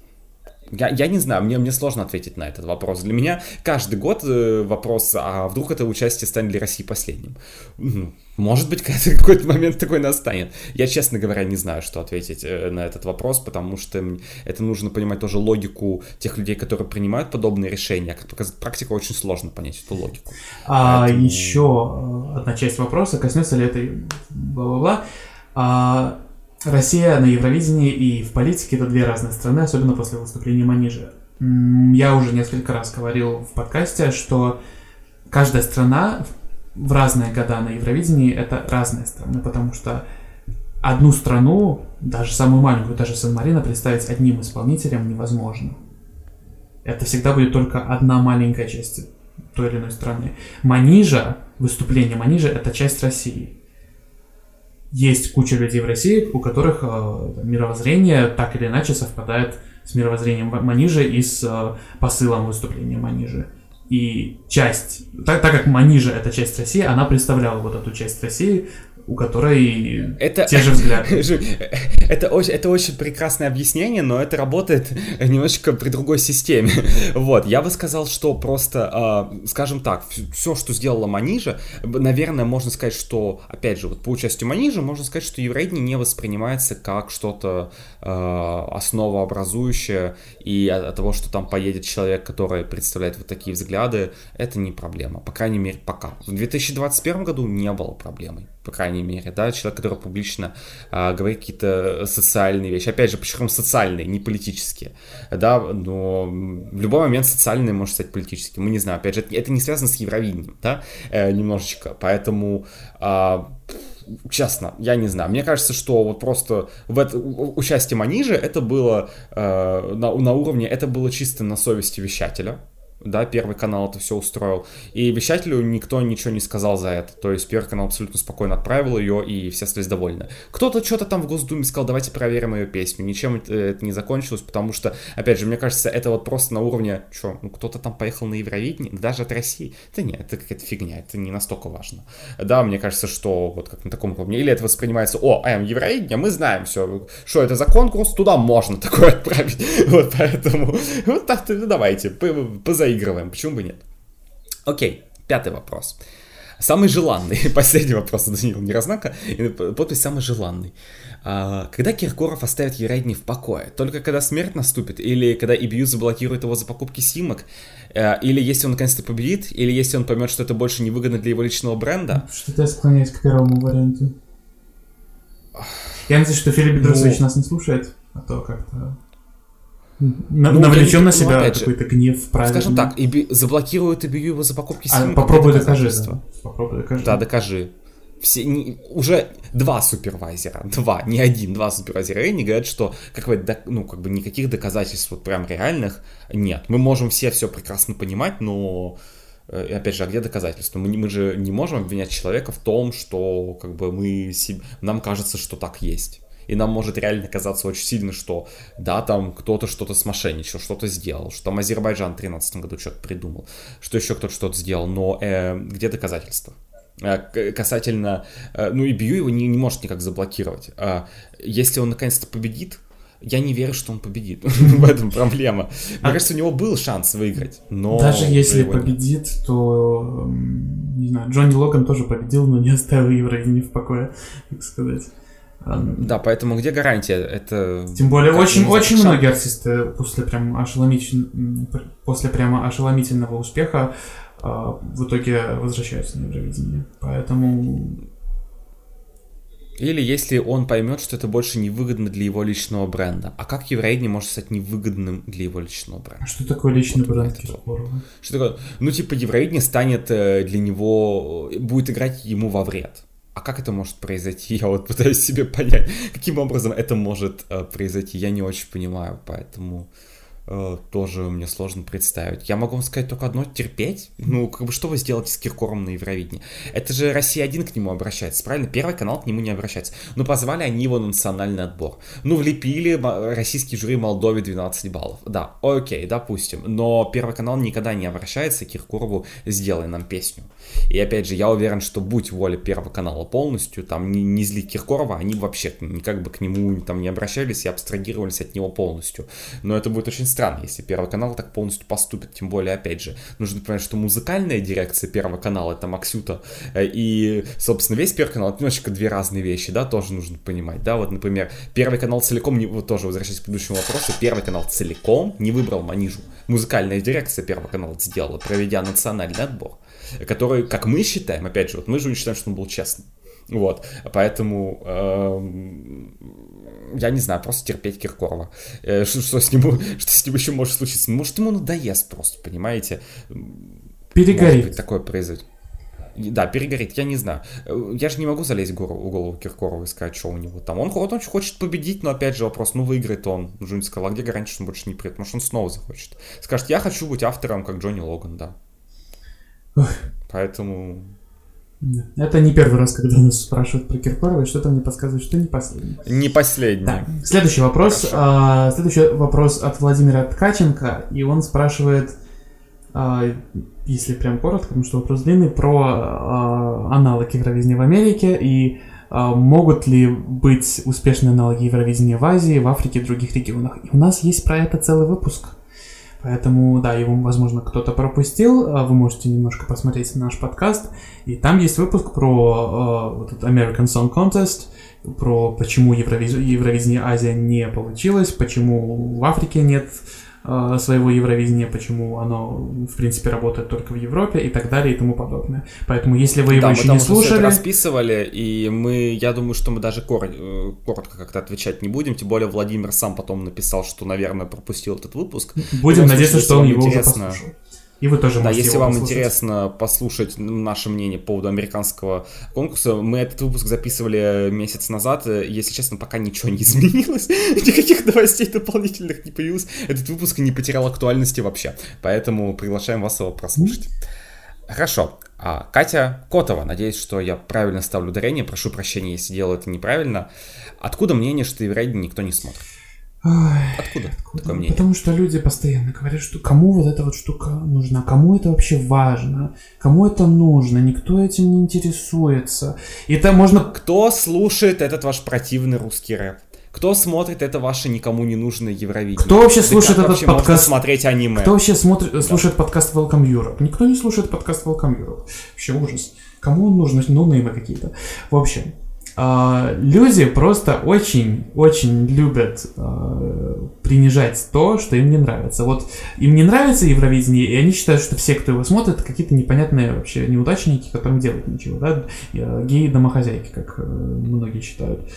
Я не знаю, мне сложно ответить на этот вопрос. Для меня каждый год вопрос, а вдруг это участие станет для России последним? Может быть, какой-то момент такой настанет. Я, честно говоря, не знаю, что ответить на этот вопрос, потому что это нужно понимать тоже логику тех людей, которые принимают подобные решения. Как показывает практика, очень сложно понять эту логику. Поэтому... Еще одна часть вопроса, коснется ли этой бла-бла-бла. Россия на Евровидении и в политике — это две разные страны, особенно после выступления Манижа. Я уже несколько раз говорил в подкасте, что каждая страна в разные года на Евровидении — это разные страны, потому что одну страну, даже самую маленькую, даже Сан-Марино, представить одним исполнителем невозможно. Это всегда будет только одна маленькая часть той или иной страны. Выступление Манижа — это часть России. Есть куча людей в России, у которых мировоззрение так или иначе совпадает с мировоззрением Манижа и с посылом выступления Манижа. И так как Манижа — это часть России, она представляла вот эту часть России, у которой те же взгляды. Это очень прекрасное объяснение, но это работает немножечко при другой системе. Вот, я бы сказал, что просто, скажем так, все, что сделала Манижа, наверное, можно сказать, что, опять же, по участию Манижа, можно сказать, что Евровидение не воспринимается как что-то основообразующее, и от того, что там поедет человек, который представляет вот такие взгляды, это не проблема, по крайней мере, пока. В 2021 году не было проблемой. По крайней мере, да, человек, который публично говорит какие-то социальные вещи. Опять же, почему социальные, не политические, да, но в любой момент социальные может стать политическим. Мы не знаем, опять же, это не связано с Евровидением, да, немножечко, поэтому... Честно, я не знаю. Мне кажется, что вот просто участие Манижа это было на уровне, это было чисто на совести вещателя. Да, Первый канал это все устроил. И вещателю никто ничего не сказал за это. То есть Первый канал абсолютно спокойно отправил ее, и все остались довольны. Кто-то что-то там в Госдуме сказал, давайте проверим ее песню. Ничем это не закончилось, потому что, опять же, мне кажется, это вот просто на уровне, кто-то там поехал на Евровидение, даже от России. Да нет, это какая-то фигня, это не настолько важно. Да, мне кажется, что вот как на таком уровне. Или это воспринимается, Евровидение, мы знаем все, что это за конкурс, туда можно такое отправить. Вот поэтому, вот так, давайте, позаигрываем, почему бы нет? Окей, 5-й вопрос. Самый желанный, последний вопрос от Даниила Нерознака, подпись «Самый желанный». Когда Киркоров оставит Евровидение в покое? Только когда смерть наступит? Или когда EBU заблокирует его за покупки симок? Или если он наконец-то победит? Или если он поймет, что это больше не выгодно для его личного бренда? Что-то я склоняюсь к первому варианту. Я надеюсь, что Филипп Бедросович нас не слушает, а то как-то... навлечем на себя какой-то гнев правильный. Скажем так, заблокируют EBU его за покупки симок. Попробуй докажи. Да. Попробуй докажи. Да, докажи. уже два супервайзера, не один, два супервайзера Рейни говорят, что никаких доказательств вот прям реальных нет. Мы можем все прекрасно понимать, но опять же, а где доказательства? Мы же не можем обвинять человека в том, что нам кажется, что так есть. И нам может реально казаться очень сильно, что да, там кто-то что-то смошенничал, что-то сделал, что там Азербайджан в 2013 году что-то придумал, что еще кто-то что-то сделал, но где доказательства? Касательно, EBU его не может никак заблокировать. Если он наконец-то победит, я не верю, что он победит. В этом проблема. Мне кажется, у него был шанс выиграть, но... Даже если победит, то, не знаю, Джонни Логан тоже победил, но не оставил Евровидение в покое, так сказать. Да, поэтому где гарантия? Это... Тем более, очень многие артисты после прямо ошеломительного успеха в итоге возвращаются на Евровидение. Поэтому... Или если он поймет, что это больше невыгодно для его личного бренда. А как Евровидение может стать невыгодным для его личного бренда? А что такое личный бренд Киркорова? Что такое? Евровидение станет для него... будет играть ему во вред. А как это может произойти? Я вот пытаюсь себе понять, каким образом это может произойти. Я не очень понимаю, поэтому тоже мне сложно представить. Я могу вам сказать только одно: терпеть. Что вы сделаете с Киркоровым на Евровидении? Это же Россия-1 к нему обращается, правильно? Первый канал к нему не обращается. Позвали они его на национальный отбор. Влепили российский жюри Молдове 12 баллов. Да, окей, допустим. Но Первый канал никогда не обращается к Киркорову: сделай нам песню. И опять же, я уверен, что будь воля Первого канала полностью, там не зли Киркорова, они вообще никак бы к нему там не обращались и абстрагировались от него полностью. Но это будет очень странно, если Первый канал так полностью поступит. Тем более, опять же, нужно понимать, что музыкальная дирекция Первого канала — это Максюта, и, собственно, весь Первый канал — это немножечко две разные вещи, да, тоже нужно понимать, да, вот, например, Первый канал целиком, тоже возвращаясь к предыдущему вопросу, Первый канал целиком не выбрал Манижу. Музыкальная дирекция Первого канала сделала, проведя национальный отбор, который, как мы считаем, опять же, вот мы же не считаем, что он был честным. Вот, поэтому я не знаю, просто терпеть Киркорова. Что с ним еще может случиться? Может, ему надоест просто, понимаете? Перегорит. Может быть, такое произойдет. Да, перегорит, я не знаю. Я же не могу залезть в голову Киркорова и сказать, что у него там. Он хочет победить, но опять же вопрос, выиграет он. Джонни сказал: а где гарантия, что он больше не придет? Может, он снова захочет. Скажет: я хочу быть автором, как Джонни Логан, да. Поэтому... Это не первый раз, когда нас спрашивают про Киркорова, и что-то мне подсказывает, что не последний. Не последний. Да. Следующий вопрос. Следующий вопрос от Владимира Ткаченко, и он спрашивает, если прям коротко, потому что вопрос длинный, про аналоги Евровидения в Америке, и могут ли быть успешные аналоги Евровидения в Азии, в Африке и в других регионах. И у нас есть про это целый выпуск. Поэтому, да, его, возможно, кто-то пропустил. Вы можете немножко посмотреть наш подкаст. И там есть выпуск про этот American Song Contest, про почему Евровидение Азия не получилось, почему в Африке нет своего Евровидения, почему оно, в принципе, работает только в Европе и так далее и тому подобное. Поэтому, если вы его еще не слушали... мы там расписывали, и я думаю, что мы даже коротко как-то отвечать не будем, тем более Владимир сам потом написал, что, наверное, пропустил этот выпуск. Будем надеяться, что он его уже послушал. И вы тоже можете если его вам послушать. Интересно послушать наше мнение по поводу американского конкурса, мы этот выпуск записывали месяц назад, если честно, пока ничего не изменилось, никаких новостей дополнительных не появилось, этот выпуск не потерял актуальности вообще, поэтому приглашаем вас его прослушать. Хорошо. Катя Котова, надеюсь, что я правильно ставлю ударение, прошу прощения, если делаю это неправильно. Откуда мнение, что Евровидение никто не смотрит? Откуда такое мнение? Потому что люди постоянно говорят, что кому вот эта вот штука нужна, кому это вообще важно, кому это нужно, никто этим не интересуется. И это можно... Кто слушает этот ваш противный русский рэп? Кто смотрит это ваше никому не нужное Евровидение? Кто вообще слушает этот подкаст? Можно смотреть аниме? Кто вообще слушает подкаст Welcome Europe? Никто не слушает подкаст Welcome Europe. Вообще ужас. Кому он нужен? Ноунеймы какие-то. В общем... люди просто очень любят принижать то, что им не нравится. Вот им не нравится Евровидение, и они считают, что все, кто его смотрит, какие-то непонятные вообще неудачники, которым делать нечего, да? Геи-домохозяйки, как многие считают.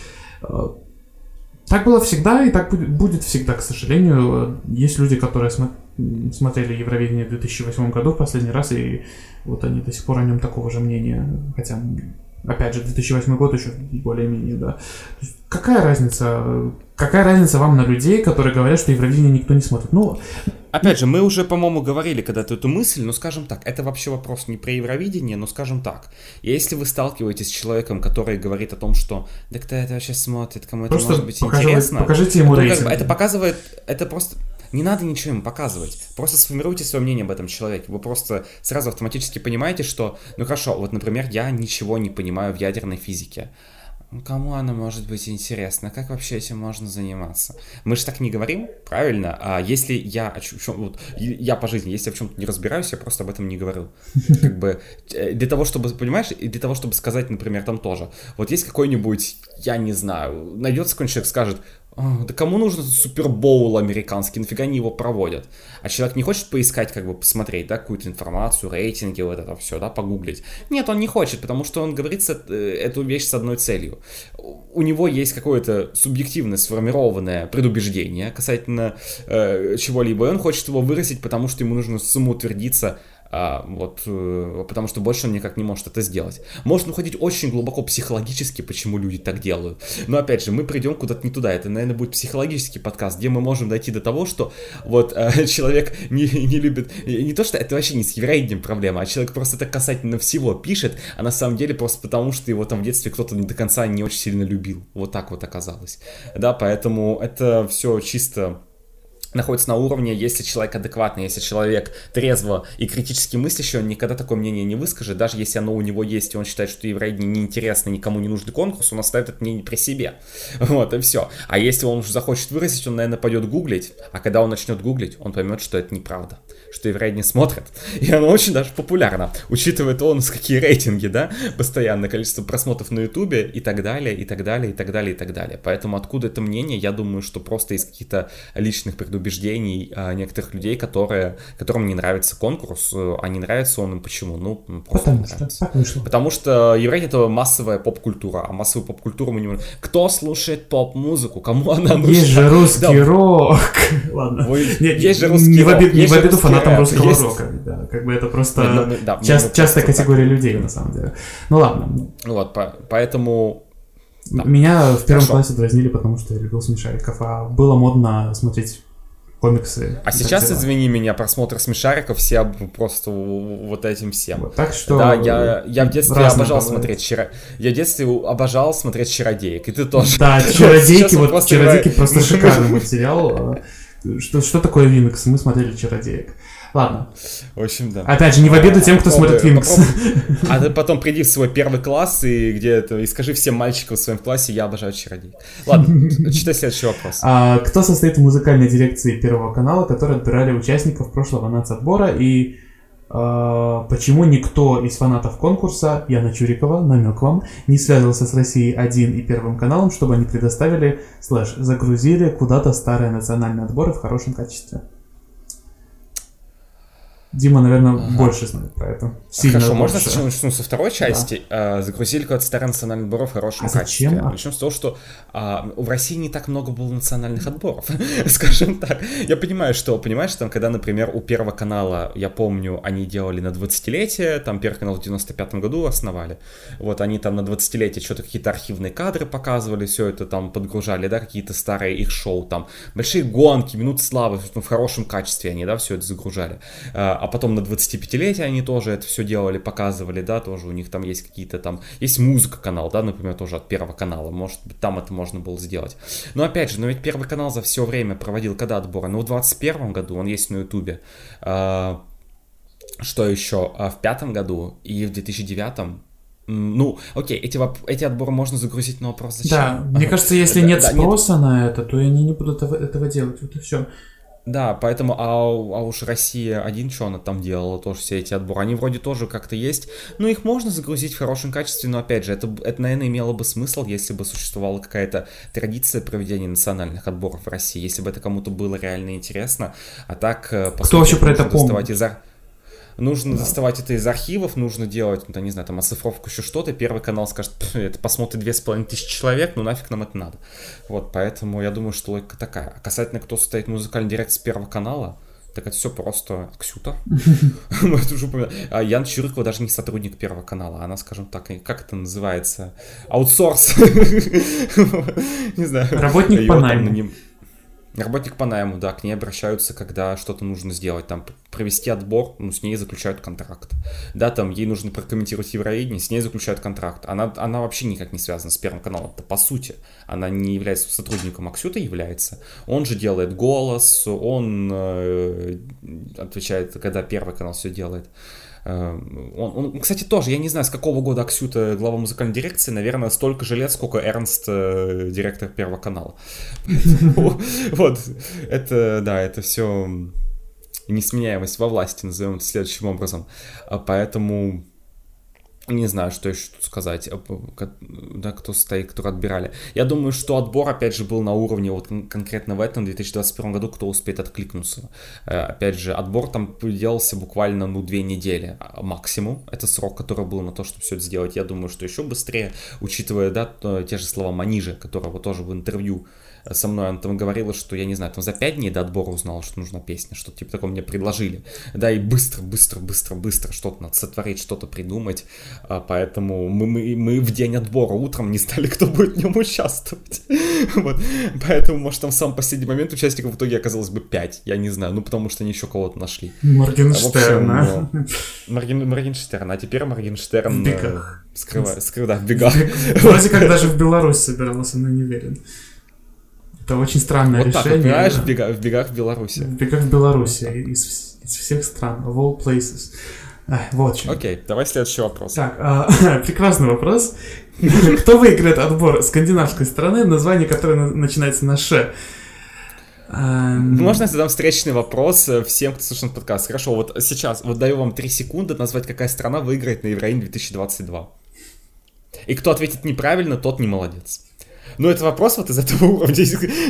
Так было всегда, и так будет всегда, к сожалению. Есть люди, которые смотрели Евровидение в 2008 году в последний раз, и вот они до сих пор о нем такого же мнения, хотя Опять же, 2008 год еще более-менее, да. То есть какая разница вам на людей, которые говорят, что Евровидение никто не смотрит? Ну, опять же, мы уже, по-моему, говорили когда-то эту мысль, но скажем так, это вообще вопрос не про Евровидение, но скажем так, если вы сталкиваетесь с человеком, который говорит о том, что да кто это вообще смотрит, кому это может быть интересно, покажите ему рейтинг. Это показывает, это просто... Не надо ничего ему показывать. Просто сформируйте свое мнение об этом человеке. Вы просто сразу автоматически понимаете, что, ну хорошо, вот, например, я ничего не понимаю в ядерной физике. Кому она может быть интересна? Как вообще этим можно заниматься? Мы же так не говорим, правильно? А если я я по жизни, если я в чем-то не разбираюсь, я просто об этом не говорю. Как бы для того, чтобы, понимаешь, и для того, чтобы сказать, например, там тоже. Вот есть какой-нибудь, я не знаю, найдется какой-нибудь человек, скажет: да кому нужен супербоул американский, нафига они его проводят? А человек не хочет поискать, как бы посмотреть, да, какую-то информацию, рейтинги, вот это все, да, погуглить. Нет, он не хочет, потому что он говорит эту вещь с одной целью. У него есть какое-то субъективное сформированное предубеждение касательно чего-либо, и он хочет его выразить, потому что ему нужно самоутвердиться, потому что больше он никак не может это сделать. Можно уходить очень глубоко психологически, почему люди так делают. Но опять же, мы придем куда-то не туда. Это, наверное, будет психологический подкаст, где мы можем дойти до того, что вот человек не любит... Не то, что это вообще не с Евровидением проблема, а человек просто так касательно всего пишет, а на самом деле просто потому, что его там в детстве кто-то до конца не очень сильно любил. Вот так вот оказалось. Да, поэтому это все чисто... находится на уровне, если человек адекватный, если человек трезво и критически мыслящий, он никогда такое мнение не выскажет, даже если оно у него есть, и он считает, что Евровидение неинтересно, никому не нужный конкурс, он оставит это мнение при себе. Вот, и все. А если он уже захочет выразить, он, наверное, пойдет гуглить, а когда он начнет гуглить, он поймет, что это неправда, что Евровидение смотрят, и оно очень даже популярно, учитывая то, у нас какие рейтинги, да, постоянно, количество просмотров на Ютубе и так далее, и так далее, и так далее, и так далее. Поэтому откуда это мнение, я думаю, что просто из каких-то личных предубеждений некоторых людей, которым не нравится конкурс, а не нравится он им почему? Ну, просто не нравится. Потому что Евровидение — это массовая поп-культура, а массовую поп-культуру мы не можем... Кто слушает поп-музыку? Кому она нужна? Есть же русский рок! Ладно. Есть же русский рок. Не в обиду фанатам русского рока. Да, как бы это просто частая категория людей, на самом деле. Ну ладно. Вот, поэтому... Меня в первом классе дразнили, потому что я любил смешариков, а было модно смотреть комиксы. А сейчас, извини меня, просмотр смешариков все просто вот этим всем. Вот, так что... Да, я в детстве обожал смотреть Я в детстве обожал смотреть «Чародеек», и ты тоже. Да, «Чародейки» просто шикарный материал. Что такое Винкс? Мы смотрели «Чародеек». Ладно. В общем, да. Опять же, не в обиду тем, кто смотрит Винкс. А ты потом приди в свой первый класс и скажи всем мальчикам в своем классе: я обожаю «Чародей». Ладно, читай следующий вопрос. Кто состоит в музыкальной дирекции Первого канала, которые отбирали участников прошлого нацотбора, и почему никто из фанатов конкурса, Яна Чурикова, намек вам, не связывался с Россией-1 и Первым каналом, чтобы они предоставили, загрузили куда-то старые национальные отборы в хорошем качестве? Дима, наверное, больше знает про это. Хорошо, можно начнем со второй части. Да. Загрузили какой-то старый национальный отбор в хорошем качестве. Зачем? Начнем с того, что в России не так много было национальных отборов, скажем так. Я понимаю, что, понимаешь, там, когда, например, у Первого канала, я помню, они делали на 20-летие, там Первый канал в 95-м году основали, вот, они там на 20-летие что-то какие-то архивные кадры показывали, все это там подгружали, да, какие-то старые их шоу, там, большие гонки, минуты славы, в хорошем качестве они, да, все это загружали. А потом на 25-летие они тоже это все делали, показывали, да, тоже у них там есть какие-то там, есть музыка канал, да, например, тоже от Первого канала, может быть, там это можно было сделать. Но опять же, ведь Первый канал за все время проводил когда отборы? Ну, в 21 году он есть на Ютубе. Что еще? В 5 году и в 2009. Ну, окей, эти отборы можно загрузить, но вопрос зачем? Да, мне кажется, если нет спроса на это, то они не будут этого делать, вот и все. Да, поэтому, а уж Россия-1, что она там делала, тоже все эти отборы, они вроде тоже как-то есть, но их можно загрузить в хорошем качестве, но опять же, это наверное, имело бы смысл, если бы существовала какая-то традиция проведения национальных отборов в России, если бы это кому-то было реально интересно, а так, по сути, вообще про это помнит? Нужно доставать это из архивов, нужно делать, ну, не знаю, там, оцифровку, еще что-то. Первый канал скажет: это посмотрит 2500 человек, ну нафиг нам это надо. Вот, поэтому я думаю, что логика такая. А касательно, кто состоит в музыкальной дирекции Первого канала, Так это все просто Ксюта. А Ян Чурикова даже не сотрудник Первого канала. Она, скажем так, как это называется? Аутсорс. Не знаю. Работник по найму. Работник по найму, да, к ней обращаются, когда что-то нужно сделать, там, провести отбор, ну, с ней заключают контракт. Да, там, ей нужно прокомментировать Евровидение, с ней заключают контракт. Она вообще никак не связана с Первым каналом, по сути. Она не является сотрудником, а Ксюта является. Он же делает голос, он отвечает, когда Первый канал все делает. Он, кстати, тоже, я не знаю, с какого года Аксюта глава музыкальной дирекции, наверное, столько же лет, сколько Эрнст директор Первого канала. Вот, это, да, это все несменяемость во власти, назовем это следующим образом. Поэтому не знаю, что еще тут сказать, да, кто стоит, кто отбирали. Я думаю, что отбор, опять же, был на уровне, вот конкретно в этом 2021 году, кто успеет откликнуться. Опять же, отбор там делался буквально, 2 недели максимум. Это срок, который был на то, чтобы все это сделать. Я думаю, что еще быстрее, учитывая, да, те же слова Манижи, которого тоже в интервью со мной, он там говорила, что, я не знаю, там за 5 дней до отбора узнала, что нужна песня, что-то типа такого мне предложили. Да, и быстро что-то надо сотворить, что-то придумать. Поэтому мы в день отбора утром не знали, кто будет в нем участвовать. Вот. Поэтому, может, там в самый последний момент участников в итоге оказалось бы 5, я не знаю, потому что они еще кого-то нашли. Моргенштерна. Моргенштерна, а теперь Моргенштерн в бегах. В бегах. Вроде как даже в Беларусь собирался, но не уверен. Это очень странное решение. Вот так, понимаешь, в бегах в Беларуси. В бегах в Беларуси, из всех стран, of all places. Вот чем. Окей, давай следующий вопрос. Так, прекрасный вопрос. Кто выиграет отбор скандинавской страны, название которой начинается на «Ш»? Можно я задам встречный вопрос всем, кто слушает подкаст? Хорошо, вот сейчас, вот даю вам 3 секунды назвать, какая страна выиграет на Евровидение 2022. И кто ответит неправильно, тот не молодец. Ну, это вопрос вот из этого уровня.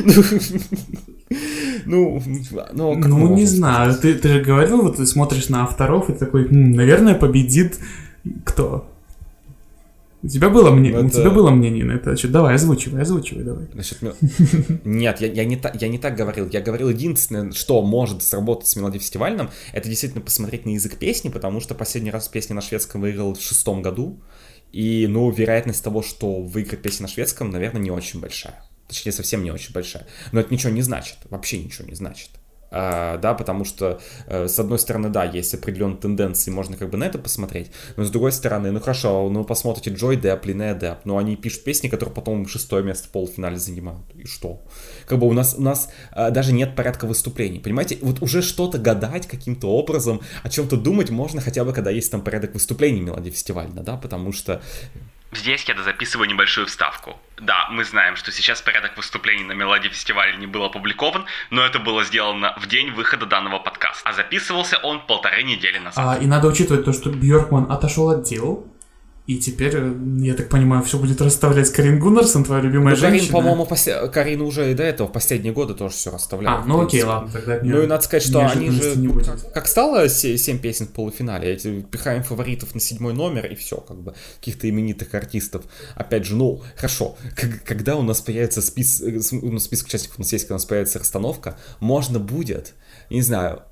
Не знаю. Ты же говорил, вот ты смотришь на авторов, и ты такой, наверное, победит кто? У тебя было мнение на это? Давай, озвучивай, давай. Нет, я не так говорил. Я говорил, единственное, что может сработать с мелодифестивальным, это действительно посмотреть на язык песни, потому что последний раз песня на шведском выиграл в 2006 году. И, вероятность того, что выиграть песню на шведском, наверное, не очень большая. Точнее, совсем не очень большая. Но это ничего не значит. Вообще ничего не значит. Да, потому что, с одной стороны, да, есть определенные тенденции, можно как бы на это посмотреть, но с другой стороны, хорошо, посмотрите Джой Депп, Линнея Депп, но они пишут песни, которые потом 6-е место в полуфинале занимают, и что? Как бы у нас даже нет порядка выступлений, понимаете? Вот уже что-то гадать каким-то образом, о чем-то думать можно хотя бы, когда есть там порядок выступлений мелодифестивально, да, потому что... Здесь я записываю небольшую вставку. Да, мы знаем, что сейчас порядок выступлений на мелодифестивале не был опубликован, но это было сделано в день выхода данного подкаста. А записывался он 1,5 недели назад. И надо учитывать то, что Бьоркман отошел от дел. И теперь, я так понимаю, все будет расставлять Карин Гуннарсон, твоя любимая женщина. Карин, по-моему, Карин уже и до этого в последние годы тоже все расставляла. Окей, ладно, тогда и надо сказать, что они же... Как стало 7 песен в полуфинале, пихаем фаворитов на 7-й номер, и все, как бы, каких-то именитых артистов. Опять же, хорошо, когда у нас появится список участников, у нас есть, когда у нас появится расстановка, можно будет, не знаю,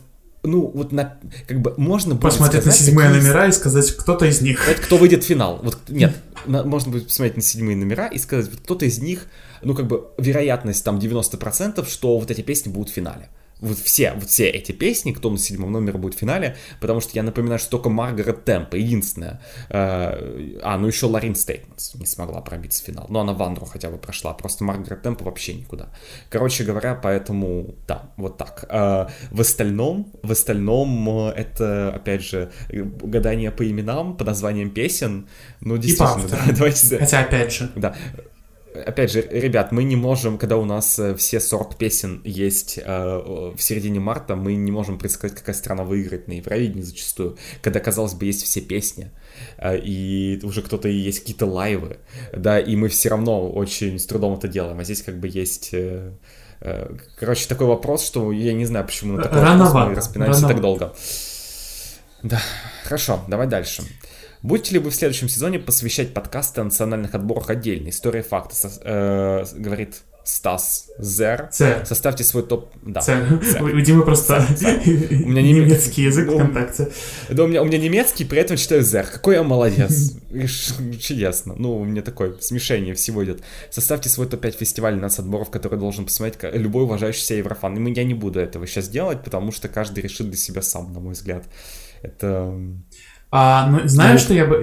можно будет посмотреть сказать, на 7-е номера и сказать, кто-то из них. Это кто выйдет в финал. Можно будет посмотреть на 7-е номера и сказать, кто-то из них, вероятность там 90%, что вот эти песни будут в финале. Вот все эти песни, кто на 7-м номере будет в финале, потому что я напоминаю, что только Маргарет Темпо единственная. Еще Ларин Стейтманс не смогла пробиться в финал. Но она Вандру хотя бы прошла, просто Маргарет Темпо вообще никуда. Короче говоря, поэтому, да, вот так. В остальном это, опять же, гадание по именам, по названиям песен. Действительно, да, давайте... Хотя, опять же... Да. Опять же, ребят, мы не можем, когда у нас все 40 песен есть в середине марта, мы не можем предсказать, какая страна выиграет на Евровидении зачастую, когда, казалось бы, есть все песни, и уже кто-то и есть какие-то лайвы, да, и мы все равно очень с трудом это делаем, а здесь как бы есть... Короче, такой вопрос, что я не знаю, почему на такой вопрос мы распинаемся так долго. Да, хорошо, давай дальше. Будете ли вы в следующем сезоне посвящать подкасты о национальных отборах отдельно? История факта, говорит Стас Зер. Цер. Составьте свой топ... Да. Цер. Цер. У Димы просто У меня немецкий язык ВКонтакте. Да, у меня немецкий, при этом читаю Зер. Какой я молодец. Чудесно. Ну, у меня такое смешение всего идет. Составьте свой топ-5 фестивалей нацотборов, который должен посмотреть любой уважающий себя еврофан. И я не буду этого сейчас делать, потому что каждый решит для себя сам, на мой взгляд. Это... Знаешь, что я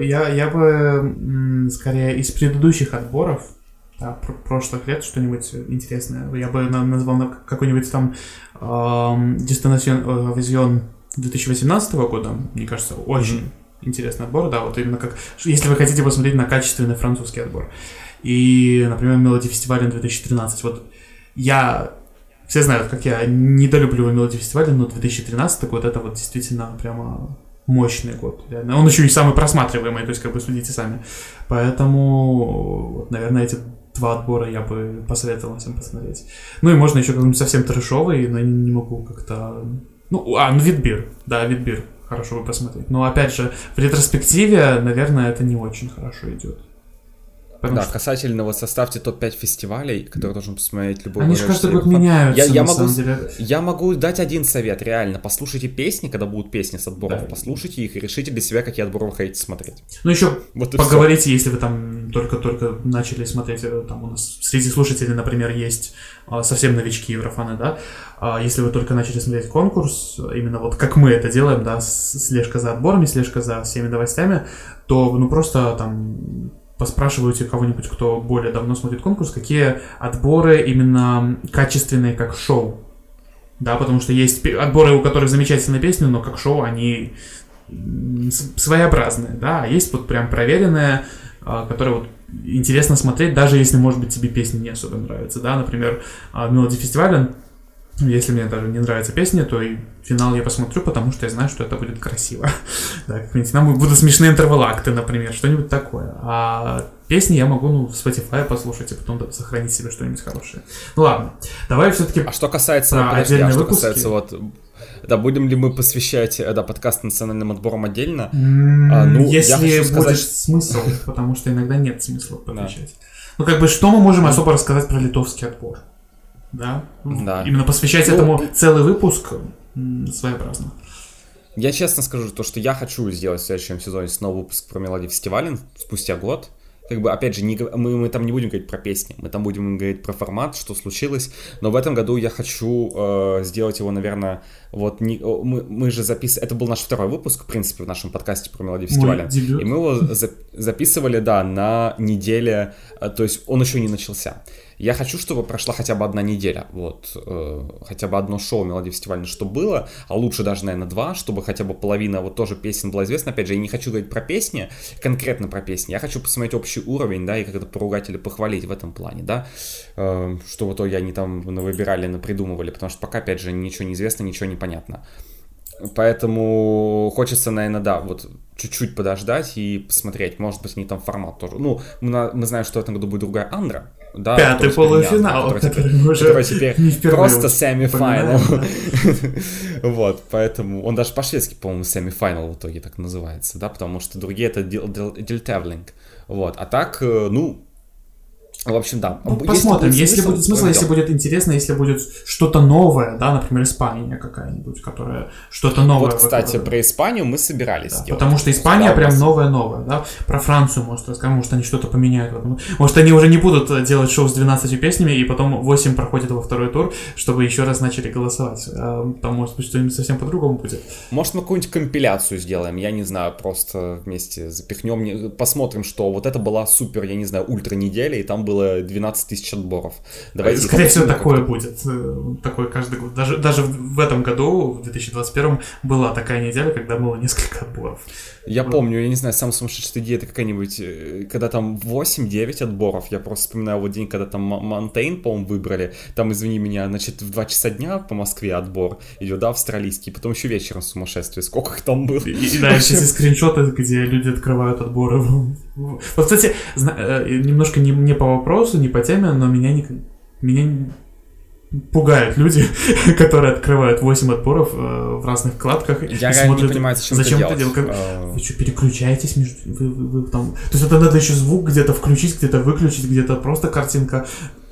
бы скорее из предыдущих отборов, да, прошлых лет что-нибудь интересное, я бы назвал какой-нибудь там Destination Vision 2018 года, мне кажется, очень интересный отбор, да, вот именно как, если вы хотите посмотреть на качественный французский отбор. И, например, Melody Festival 2013, вот все знают, как я недолюблю Melody Festival, но 2013 год это вот действительно прямо... мощный год, реально. Он еще и самый просматриваемый, то есть как бы судите сами. Поэтому, наверное, эти два отбора я бы посоветовал всем посмотреть. Ну и можно еще какой-нибудь совсем трэшовый, но я не могу как-то... Витбир. Да, Витбир хорошо бы посмотреть. Но опять же, в ретроспективе, наверное, это не очень хорошо идет. Касательно вот составьте топ-5 фестивалей, которые должен посмотреть любой. Они же каждый год меняются, самом деле. Я могу дать один совет, реально. Послушайте песни, когда будут песни с отборов, да. Послушайте их и решите для себя, какие отборы вы хотите смотреть. Ну еще вот поговорите, если вы там только начали смотреть, там у нас среди слушателей, например, есть совсем новички еврофаны, да, если вы только начали смотреть конкурс, именно вот как мы это делаем, да, слежка за отборами, слежка за всеми новостями, то просто там... поспрашивайте кого-нибудь, кто более давно смотрит конкурс, какие отборы именно качественные, как шоу. Да, потому что есть отборы, у которых замечательные песни, но как шоу они своеобразные, да. А есть вот прям проверенные, которые вот интересно смотреть, даже если, может быть, тебе песни не особо нравятся, да. Например, Melody Festival, если мне даже не нравятся песни, то и финал я посмотрю, потому что я знаю, что это будет красиво. Да, как-нибудь там будут смешные интервал-акты, например, что-нибудь такое. А песни я могу в Spotify послушать и потом сохранить себе что-нибудь хорошее. Ну ладно, давай все-таки... А что касается... Да, будем ли мы посвящать подкаст национальным отборам отдельно? Если будет смысл, потому что иногда нет смысла подвечать. Ну, как бы, что мы можем особо рассказать про литовский отбор? Да? Именно посвящать этому целый выпуск своеобразно. Я честно скажу, что я хочу сделать в следующем сезоне снова выпуск про Melody Festival спустя год. Как бы, опять же, мы там не будем говорить про песни, мы там будем говорить про формат, что случилось, но в этом году я хочу сделать его, наверное, вот, мы же записывали, это был наш второй выпуск, в принципе, в нашем подкасте про Melody Festival, и мы его записывали, да, на неделе, то есть он еще не начался. Я хочу, чтобы прошла хотя бы одна неделя, вот, хотя бы одно шоу Melody Festival, что было, а лучше даже, наверное, два, чтобы хотя бы половина вот тоже песен была известна. Опять же, я не хочу говорить про песни, конкретно про песни, я хочу посмотреть общий уровень, да, и как-то поругать или похвалить в этом плане, да, что в итоге они там выбирали, напридумывали, потому что пока, опять же, ничего не известно, ничего не понятно. Поэтому хочется, наверное, да, вот чуть-чуть подождать и посмотреть, может быть, они там формат тоже. Ну, мы знаем, что в этом году будет другая Андра. Да, пятый полуфинал, который теперь просто semi-final. Вот, поэтому он даже по-шведски, по-моему, semi-final в итоге так называется, да, потому что другие это deltaveling. Вот, а так, в общем, да. Посмотрим, если будет смысл, если будет интересно, если будет что-то новое, да, например, Испания какая-нибудь, которая что-то новое. Вот, кстати, про Испанию мы собирались делать. Потому что Испания прям новая-новая, да. Про Францию, может, расскажем, может, они что-то поменяют. Может, они уже не будут делать шоу с 12 песнями, и потом 8 проходит во второй тур, чтобы еще раз начали голосовать. Там, может быть, что-нибудь совсем по-другому будет. Может, мы какую-нибудь компиляцию сделаем, я не знаю, просто вместе запихнем, посмотрим, что вот это была супер, я не знаю, ультра-неделя, и там было 12 тысяч отборов. Давайте скорее всего, такое будет. Такое каждый год. Даже в этом году, в 2021, была такая неделя, когда было несколько отборов. Я помню, я не знаю, самая сумасшедшая идея это какая-нибудь, когда там 8-9 отборов. Я просто вспоминаю вот день, когда там Монтейн, по-моему, выбрали. Там, извини меня, значит, в 2 часа дня по Москве отбор идет, да, австралийский. Потом еще вечером сумасшествие. Сколько их там было? И дальше эти скриншоты, где люди открывают отборы. Вот, кстати, немножко не по вопросу, не по теме, но меня пугают люди, которые открывают 8 отборов в разных вкладках. Я реально не понимаю, зачем это делать. Вы что, переключаетесь между... Вы там... То есть это надо еще звук где-то включить, где-то выключить, где-то просто картинка.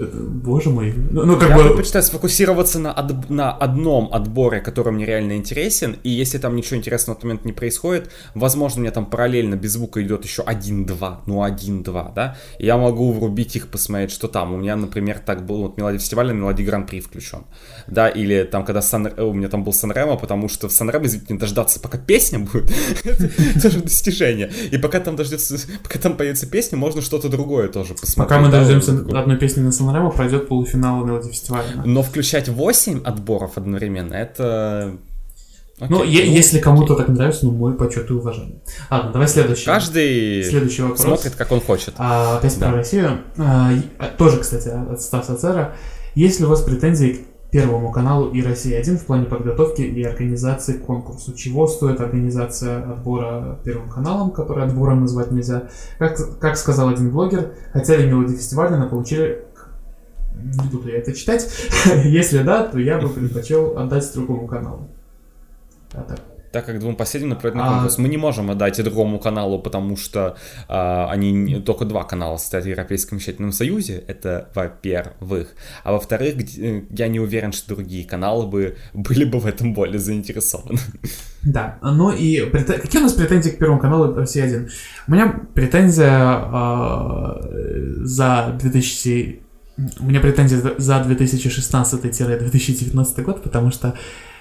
Боже мой. Я предпочитаю сфокусироваться на одном отборе, который мне реально интересен, и если там ничего интересного в этот момент не происходит, возможно, у меня там параллельно без звука идет еще 1-2, да, и я могу врубить их, посмотреть, что там. У меня, например, так был вот Мелодия фестиваля, Мелодия Гран-при включен, да, или там, когда у меня там был Сан-Ремо, потому что в Сан-Ремо, извините, дождаться, пока песня будет, это тоже достижение, и пока там появится песня, можно что-то другое тоже посмотреть. Пока мы дождемся одной песни на Сан-Ремо, пройдет полуфинал Мелодии фестиваля. Но включать 8 отборов одновременно, это... Если кому-то так нравится, мой почет и уважение. Ладно, давай следующий. Следующий вопрос. Смотрит, как он хочет. Опять про Россию. Тоже, кстати, от Стаса Цера. Есть ли у вас претензии к Первому каналу и Россия-1 в плане подготовки и организации конкурса? Чего стоит организация отбора Первым каналом, который отбором назвать нельзя? Как сказал один блогер, хотели Мелодии фестиваля, но получили... Не буду я это читать. Если да, то я бы предпочел отдать другому каналу. Так как двум последним направить конкурс, мы не можем отдать и другому каналу, потому что только два канала состоят в Европейском вещательном союзе, это во-первых. А во-вторых, я не уверен, что другие каналы были бы в этом более заинтересованы. Да, какие у нас претензии к Первому каналу Россия-1? У меня претензия за 2016-2019 год, потому что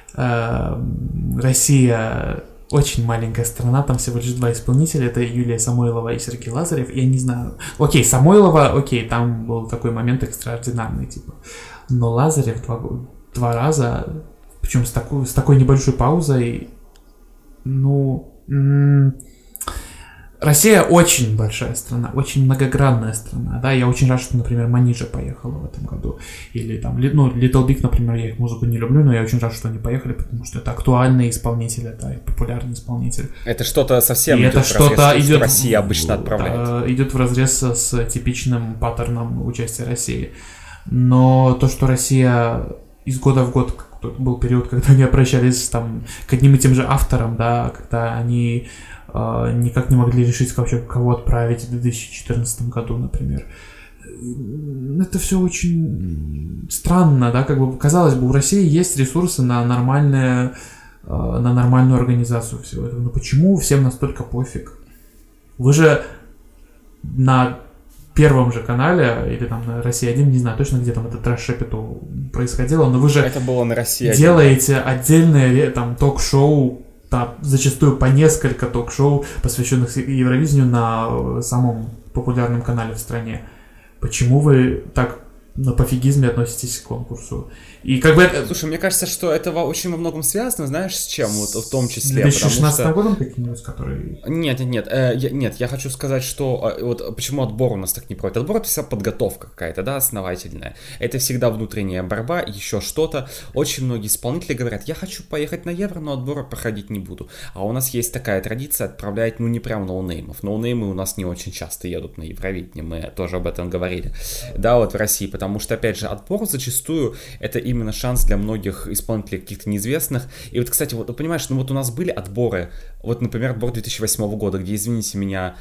Россия очень маленькая страна, там всего лишь два исполнителя, это Юлия Самойлова и Сергей Лазарев, я не знаю, Самойлова, там был такой момент экстраординарный, типа, но Лазарев два раза, причем с такой небольшой паузой, Россия очень большая страна, очень многогранная страна, да, я очень рад, что, например, Манижа поехала в этом году, или там, Little Big, например, я их музыку не люблю, но я очень рад, что они поехали, потому что это актуальный исполнитель, это популярный исполнитель. Это что-то совсем идет в разрез, что Россия обычно отправляет. Идет в разрез с типичным паттерном участия России, но то, что Россия из года в год, был период, когда они обращались там к одним и тем же авторам, да, когда они никак не могли решить вообще, кого отправить в 2014 году, например. Это все очень странно, да, казалось бы, у России есть ресурсы на нормальную организацию всего этого, но почему всем настолько пофиг? Вы же на Первом же канале, или там на Россия-1, не знаю точно, где там это трэш-шепету происходило, но вы же это было на Россия-1. Делаете отдельное там ток-шоу, там зачастую по несколько ток-шоу, посвященных Евровидению на самом популярном канале в стране. Почему вы так на пофигизме относитесь к конкурсу? И Слушай, мне кажется, что это очень во многом связано, знаешь, с чем? Вот в том числе. 2016 годом каким-нибудь, который... Нет, я хочу сказать, что вот почему отбор у нас так не проходит. Отбор — это вся подготовка какая-то, да, основательная. Это всегда внутренняя борьба, еще что-то. Очень многие исполнители говорят, я хочу поехать на Евро, но отбора проходить не буду. А у нас есть такая традиция отправлять, не прям ноунеймов. Ноунеймы у нас не очень часто едут на Евровидение, мы тоже об этом говорили. Да, вот в России, потому что, опять же, отбор зачастую это именно шанс для многих исполнителей каких-то неизвестных. И вот, кстати, вот понимаешь, у нас были отборы, вот, например, отбор 2008 года, где, извините меня,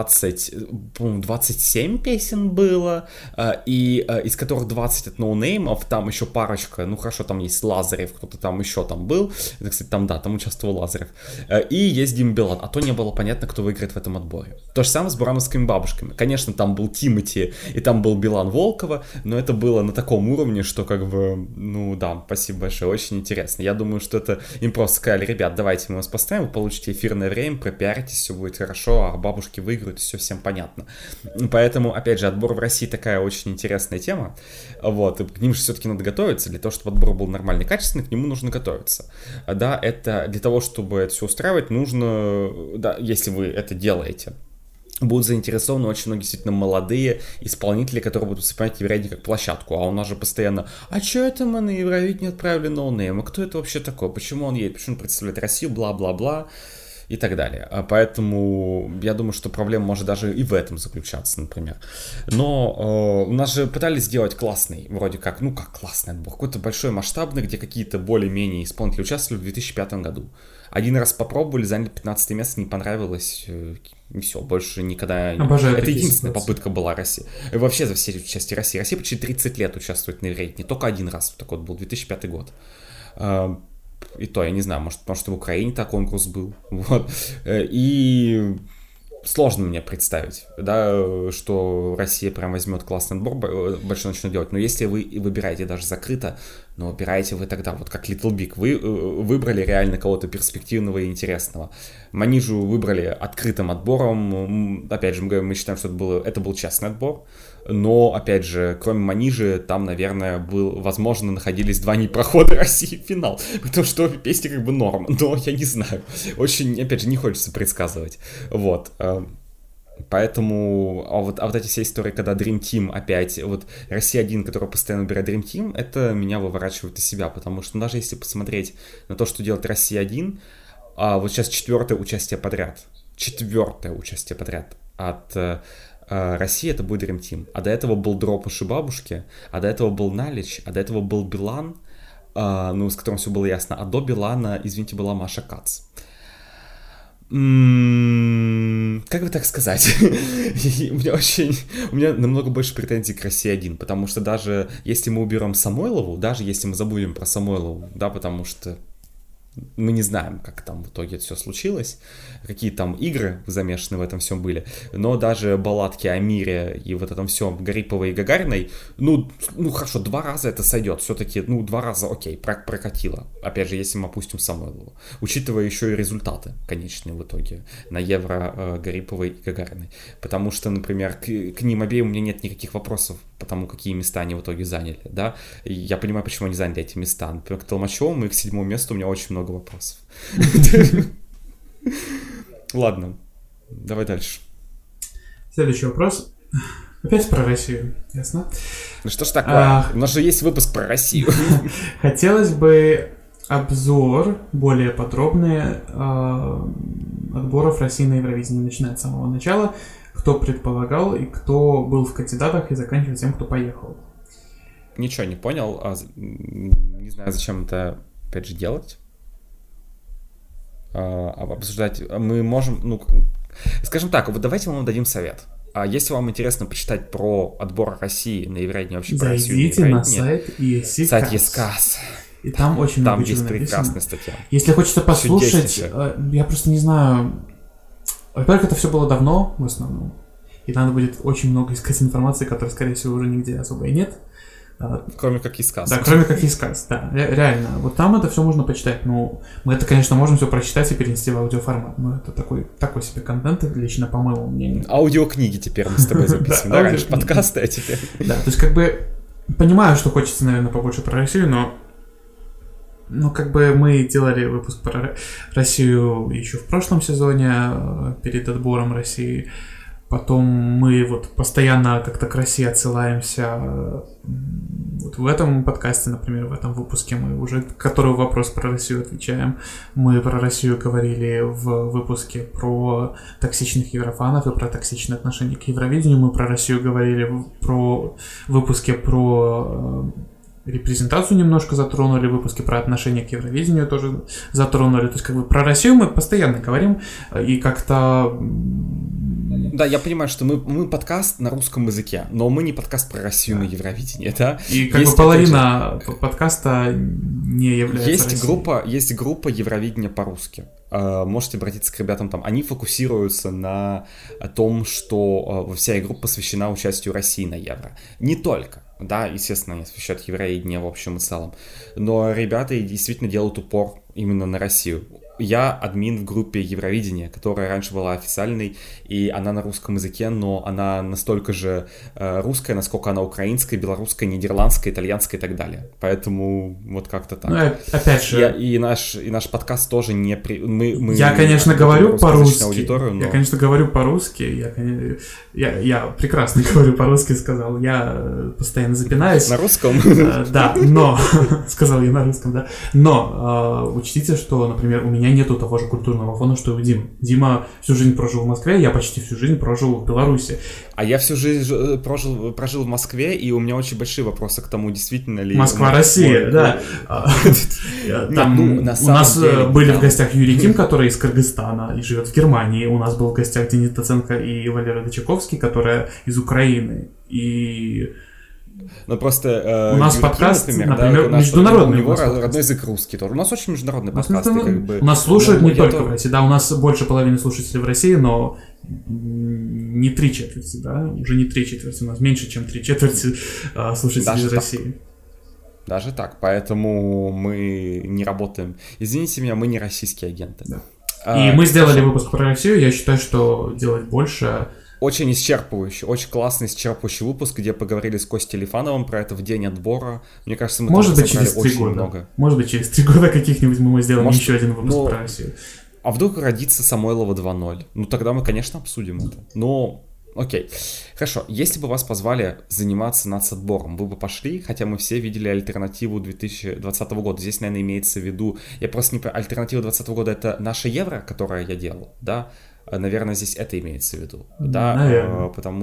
27 песен было, и из которых 20 от ноунеймов, там еще парочка, хорошо, там есть Лазарев, кто-то там еще там был, это, кстати, там участвовал Лазарев, и есть Дима Билан, а то не было понятно, кто выиграет в этом отборе. То же самое с бурановскими бабушками. Конечно, там был Тимати, и там был Билан Волкова, но это было на таком уровне, что да, спасибо большое, очень интересно. Я думаю, что это им просто сказали, ребят, давайте мы вас поставим, вы получите эфирное время, пропиаритесь, все будет хорошо, а бабушки выиграют, все всем понятно. Поэтому, опять же, отбор в России такая очень интересная тема, вот, и к ним же все-таки надо готовиться, для того, чтобы отбор был нормальный, качественный, к нему нужно готовиться. Да, это для того, чтобы это все устраивать, нужно, да, если вы это делаете, будут заинтересованы очень многие действительно молодые исполнители, которые будут воспринимать Евровидение как площадку. А у нас же постоянно, а что это мы на Евровидение отправили ноунейм? А кто это вообще такой? Почему он едет? Почему он представляет Россию? Бла-бла-бла. и так далее. Поэтому я думаю, что проблема может даже и в этом заключаться, например. Но у нас же пытались сделать классный, вроде как, ну как классный отбор, какой-то большой масштабный, где какие-то более-менее исполнители участвовали в 2005 году. Один раз попробовали, заняли 15 место, не понравилось, и все, больше никогда... Обожаю. Это единственная попытка была России. И вообще за все части России. Россия почти 30 лет участвует на Евровидении, только один раз вот такой вот был, 2005 год. И то, я не знаю, может, потому что в Украине так конкурс был. Вот. И сложно мне представить, да, что Россия прям возьмет классный отбор, большой начнет делать. Но если вы выбираете даже закрыто, но выбираете вы тогда, вот как Little Big, вы выбрали реально кого-то перспективного и интересного. Манижу выбрали открытым отбором. Опять же, мы считаем, что это был честный отбор. Но, опять же, кроме Манижи, там, наверное, возможно, находились 2 непрохода России в финал. Потому что обе песни как бы норм. Но я не знаю. Очень, опять же, не хочется предсказывать. Вот. Поэтому, а вот эти все истории, когда Dream Team опять, вот Россия-1, которая постоянно выбирает Dream Team, это меня выворачивает из себя, потому что даже если посмотреть на то, что делает Россия-1, вот сейчас 4-е участие подряд от России, это будет Dream Team, а до этого был Дропыш и Бабушки, а до этого был Налич, а до этого был Билан, с которым все было ясно, а до Билана, извините, была Маша Кац. Как бы так сказать? У меня намного больше претензий к России-1, потому что даже если мы уберем Самойлову, даже если мы забудем про Самойлову, да, потому что мы не знаем, как там в итоге это все случилось, какие там игры замешаны в этом всем были, но даже балладки о мире и вот этом всем Гариповой и Гагариной, ну хорошо, 2 раза это сойдет, все-таки, 2 раза окей, прокатило, опять же, если мы опустим Самойлову, учитывая еще и результаты конечные в итоге на Евро Гариповой и Гагариной, потому что, например, к ним обеим у меня нет никаких вопросов по тому, какие места они в итоге заняли, да, и я понимаю, почему они заняли эти места, например, к Толмачевому и к 7-му месту у меня очень много вопросов. Ладно, давай дальше. Следующий вопрос. Опять про Россию, ясно? Ну что ж такое? У нас же есть выпуск про Россию. Хотелось бы обзор более подробный отборов России на Евровидение, начиная с самого начала, кто предполагал и кто был в кандидатах, и заканчивая тем, кто поехал. Ничего не понял, не знаю, зачем это опять же делать. Обсуждать мы можем, скажем так, вот давайте мы вам дадим совет. Если вам интересно почитать про отбор России на Евровидение, вообще про Россию на Евровидение, на сайт ESC. Сайт ESCAS. И там очень много чего написано. Там есть прекрасная статья. Если хочется послушать, я просто не знаю. Во-первых, это все было давно, в основном. И надо будет очень много искать информации, которой, скорее всего, уже нигде особо и нет. Кроме как ESCAS. Да, кроме как ESCAS, да. Реально. Вот там это все можно почитать. Мы это, конечно, можем все прочитать и перенести в аудиоформат. Но это такой себе контент, лично по моему мнению. Аудиокниги теперь мы с тобой записываем. Да, раньше подкасты, а теперь... Да, то есть понимаю, что хочется, наверное, побольше про Россию, но мы делали выпуск про Россию еще в прошлом сезоне, перед отбором России. Потом мы постоянно как-то к России отсылаемся. В этом подкасте, например, в этом выпуске мы уже который вопрос про Россию отвечаем. Мы про Россию говорили в выпуске про токсичных еврофанов и про токсичное отношение к Евровидению. Мы про Россию говорили в выпуске про репрезентацию немножко затронули, в выпуске про отношение к Евровидению тоже затронули. То есть про Россию мы постоянно говорим и как-то... Да, я понимаю, что мы подкаст на русском языке, но мы не подкаст про Россию на Евровидении, да? И половина подкаста не является Россией. Есть группа Евровидения по-русски. Можете обратиться к ребятам там. Они фокусируются на том, что вся их группа посвящена участию России на Евро. Не только. Да, естественно, они освещают Евровидение в общем и целом. Но ребята действительно делают упор именно на Россию. Я админ в группе Евровидения, которая раньше была официальной, и она на русском языке, но она настолько же русская, насколько она украинская, белорусская, нидерландская, итальянская и так далее. Поэтому вот как-то так. Опять же... И наш подкаст тоже не... Я, конечно, говорю по-русски. Я, конечно, говорю по-русски. Я прекрасно говорю по-русски, сказал. Я постоянно запинаюсь. На русском? Да, но... Сказал я на русском, да. Но учтите, что, например, у меня меня нету того же культурного фона, что и у Димы. Дима всю жизнь прожил в Москве, я почти всю жизнь прожил в Беларуси. А я всю жизнь прожил в Москве, и у меня очень большие вопросы к тому, действительно ли... Москва, Россия, да. У нас были в гостях Юрий Ким, который из Кыргызстана и живет в Германии. У нас был в гостях Денис Доценко и Валера Дочаковский, которая из Украины. И... Но просто у нас Юрий подкаст, Ким, например, международный. У него родной язык русский тоже. У нас очень международный подкаст. У нас слушают не только в России. Да, у нас больше половины слушателей в России, но не 3/4, да? Уже не 3/4. У нас меньше, чем 3/4 слушателей из России. Даже так. Поэтому мы не работаем. Извините меня, мы не российские агенты. Да. И мы сделали выпуск про Россию. Я считаю, что делать больше... Очень исчерпывающий, очень классный исчерпывающий выпуск, где поговорили с Костей Лифановым про это в день отбора. Мне кажется, мы может тоже быть, через 3 очень года. много. Может быть, через 3 года каких-нибудь мы сделаем еще один выпуск про Россию. А вдруг родится Самойлова 2.0? Ну, тогда мы, конечно, обсудим это. Но, окей. Хорошо, если бы вас позвали заниматься нацотбором, вы бы пошли? Хотя мы все видели альтернативу 2020 года. Здесь, наверное, имеется в виду... Я просто не понимаю, альтернатива 2020 года — это наше евро, которое я делал, да? Наверное, здесь это имеется в виду, да, потому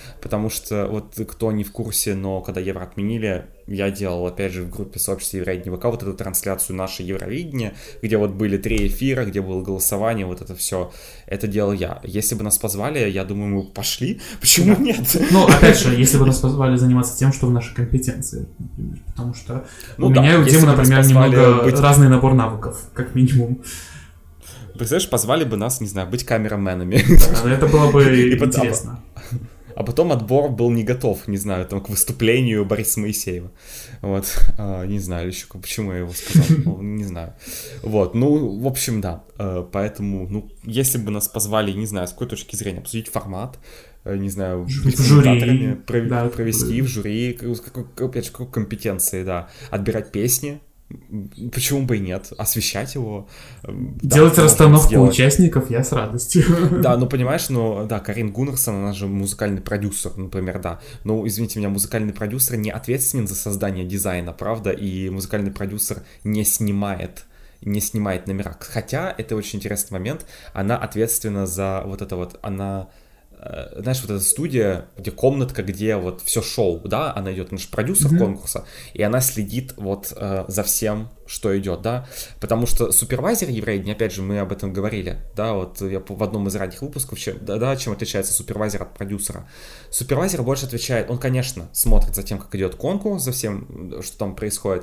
что вот кто не в курсе, но когда Евро отменили, я делал, опять же, в группе сообщества Евровидение ВК вот эту трансляцию «Наше Евровидение», где вот были 3 эфира, где было голосование, вот это все, это делал я. Если бы нас позвали, я думаю, мы пошли, почему нет? Ну, опять же, если бы нас позвали заниматься тем, что в нашей компетенции, например, потому что у меня и у Димы, например, немного разный набор навыков, как минимум. Представляешь, позвали бы нас, не знаю, быть камераменами. Да, это было бы интересно. А потом отбор был не готов, не знаю, там, к выступлению Бориса Моисеева. Вот, не знаю еще, почему я его сказал, не знаю. Вот, ну, в общем, да. Поэтому, ну, если бы нас позвали, не знаю, с какой точки зрения, обсудить формат, не знаю, быть комментаторами, провести в жюри, опять же, какой компетенции, да, отбирать песни. Почему бы и нет? Освещать его. Делать расстановку участников я с радостью. Да, ну понимаешь, ну да, Карин Гуннерсон, она же музыкальный продюсер, например, да. Но, извините меня, музыкальный продюсер не ответственен за создание дизайна, правда? И музыкальный продюсер не снимает номера. Хотя, это очень интересный момент, она ответственна за вот это вот, она... Знаешь, вот эта студия, где комнатка, где вот все шоу, да, она идет, она же продюсер конкурса, и она следит вот за всем, что идет, да, потому что супервайзер Евровидения, опять же, мы об этом говорили, да, вот я в одном из ранних выпусков, чем отличается супервайзер от продюсера. Супервайзер больше отвечает, он, конечно, смотрит за тем, как идет конкурс, за всем, что там происходит,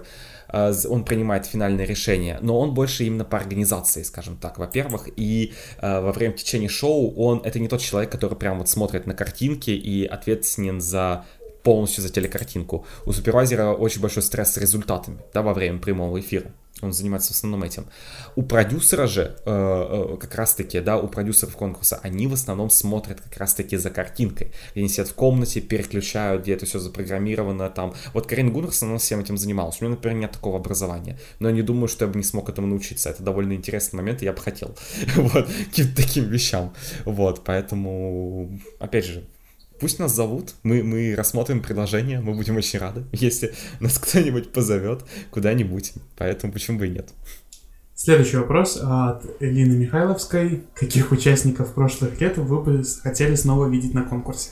он принимает финальное решение, но он больше именно по организации, скажем так, во-первых, и во время течения шоу это не тот человек, который прям вот смотрит на картинки и ответственен полностью за телекартинку. У супервайзера очень большой стресс с результатами, да, во время прямого эфира. Он занимается в основном этим. У продюсера же, как раз-таки, да, у продюсеров конкурса, они в основном смотрят как раз-таки за картинкой. Они сидят в комнате, переключают, где это все запрограммировано, там. Вот Карин Гуннерсон, она всем этим занималась. У меня, например, нет такого образования. Но я не думаю, что я бы не смог этому научиться. Это довольно интересный момент, и я бы хотел. Вот, каким-то таким вещам. Вот, поэтому, опять же, пусть нас зовут, мы рассмотрим предложение, мы будем очень рады, если нас кто-нибудь позовет куда-нибудь, поэтому почему бы и нет. Следующий вопрос от Элины Михайловской. Каких участников прошлых лет вы бы хотели снова видеть на конкурсе?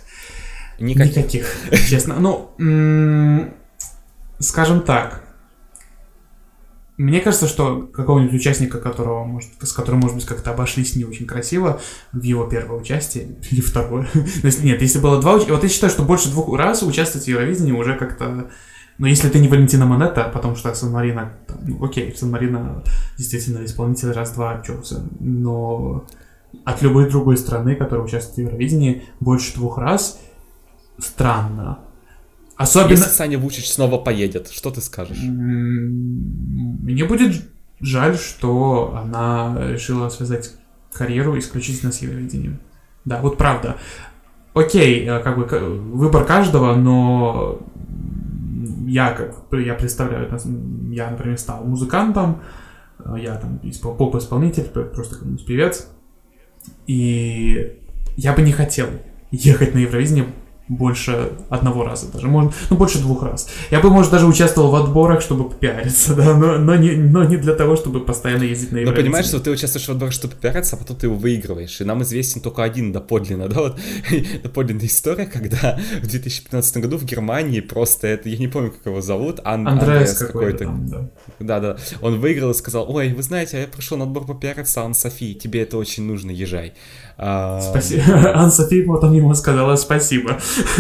Никаких, честно. Ну, скажем так, мне кажется, что какого-нибудь участника, с которым, может быть, как-то обошлись не очень красиво в его первое участие, или второе. Нет, если было 2 участия... Вот я считаю, что больше 2 раз участвовать в Евровидении уже как-то... Ну, если ты не Валентина Монетта, потому что Сан-Марино... Ну, окей, Сан-Марино действительно исполнитель раз-два обчелся. Но от любой другой страны, которая участвует в Евровидении, больше 2 раз странно. Особенно... Если Саня Вучич снова поедет, что ты скажешь? Мне будет жаль, что она решила связать карьеру исключительно с Евровидением. Да, вот правда. Окей, как бы выбор каждого, но я представляю, я, например, стал музыкантом, я там поп-исполнитель, просто какой-нибудь певец, и я бы не хотел ехать на Евровидение больше одного раза даже, больше 2 раз. Я бы, может, даже участвовал в отборах, чтобы попиариться, да, но не для того, чтобы постоянно ездить на Евровидение. Но понимаешь, что ты участвуешь в отборах, чтобы попиариться, а потом ты его выигрываешь, и нам известен только один доподлинно, да, вот доподлинная история, когда в 2015 году в Германии просто это, я не помню, как его зовут, Андреас какой-то там, да. Да, он выиграл и сказал: ой, вы знаете, я пришел на отбор попиариться, Ан-Софи, тебе это очень нужно, езжай. Спасибо. Ан-Софи потом ему сказала спасибо.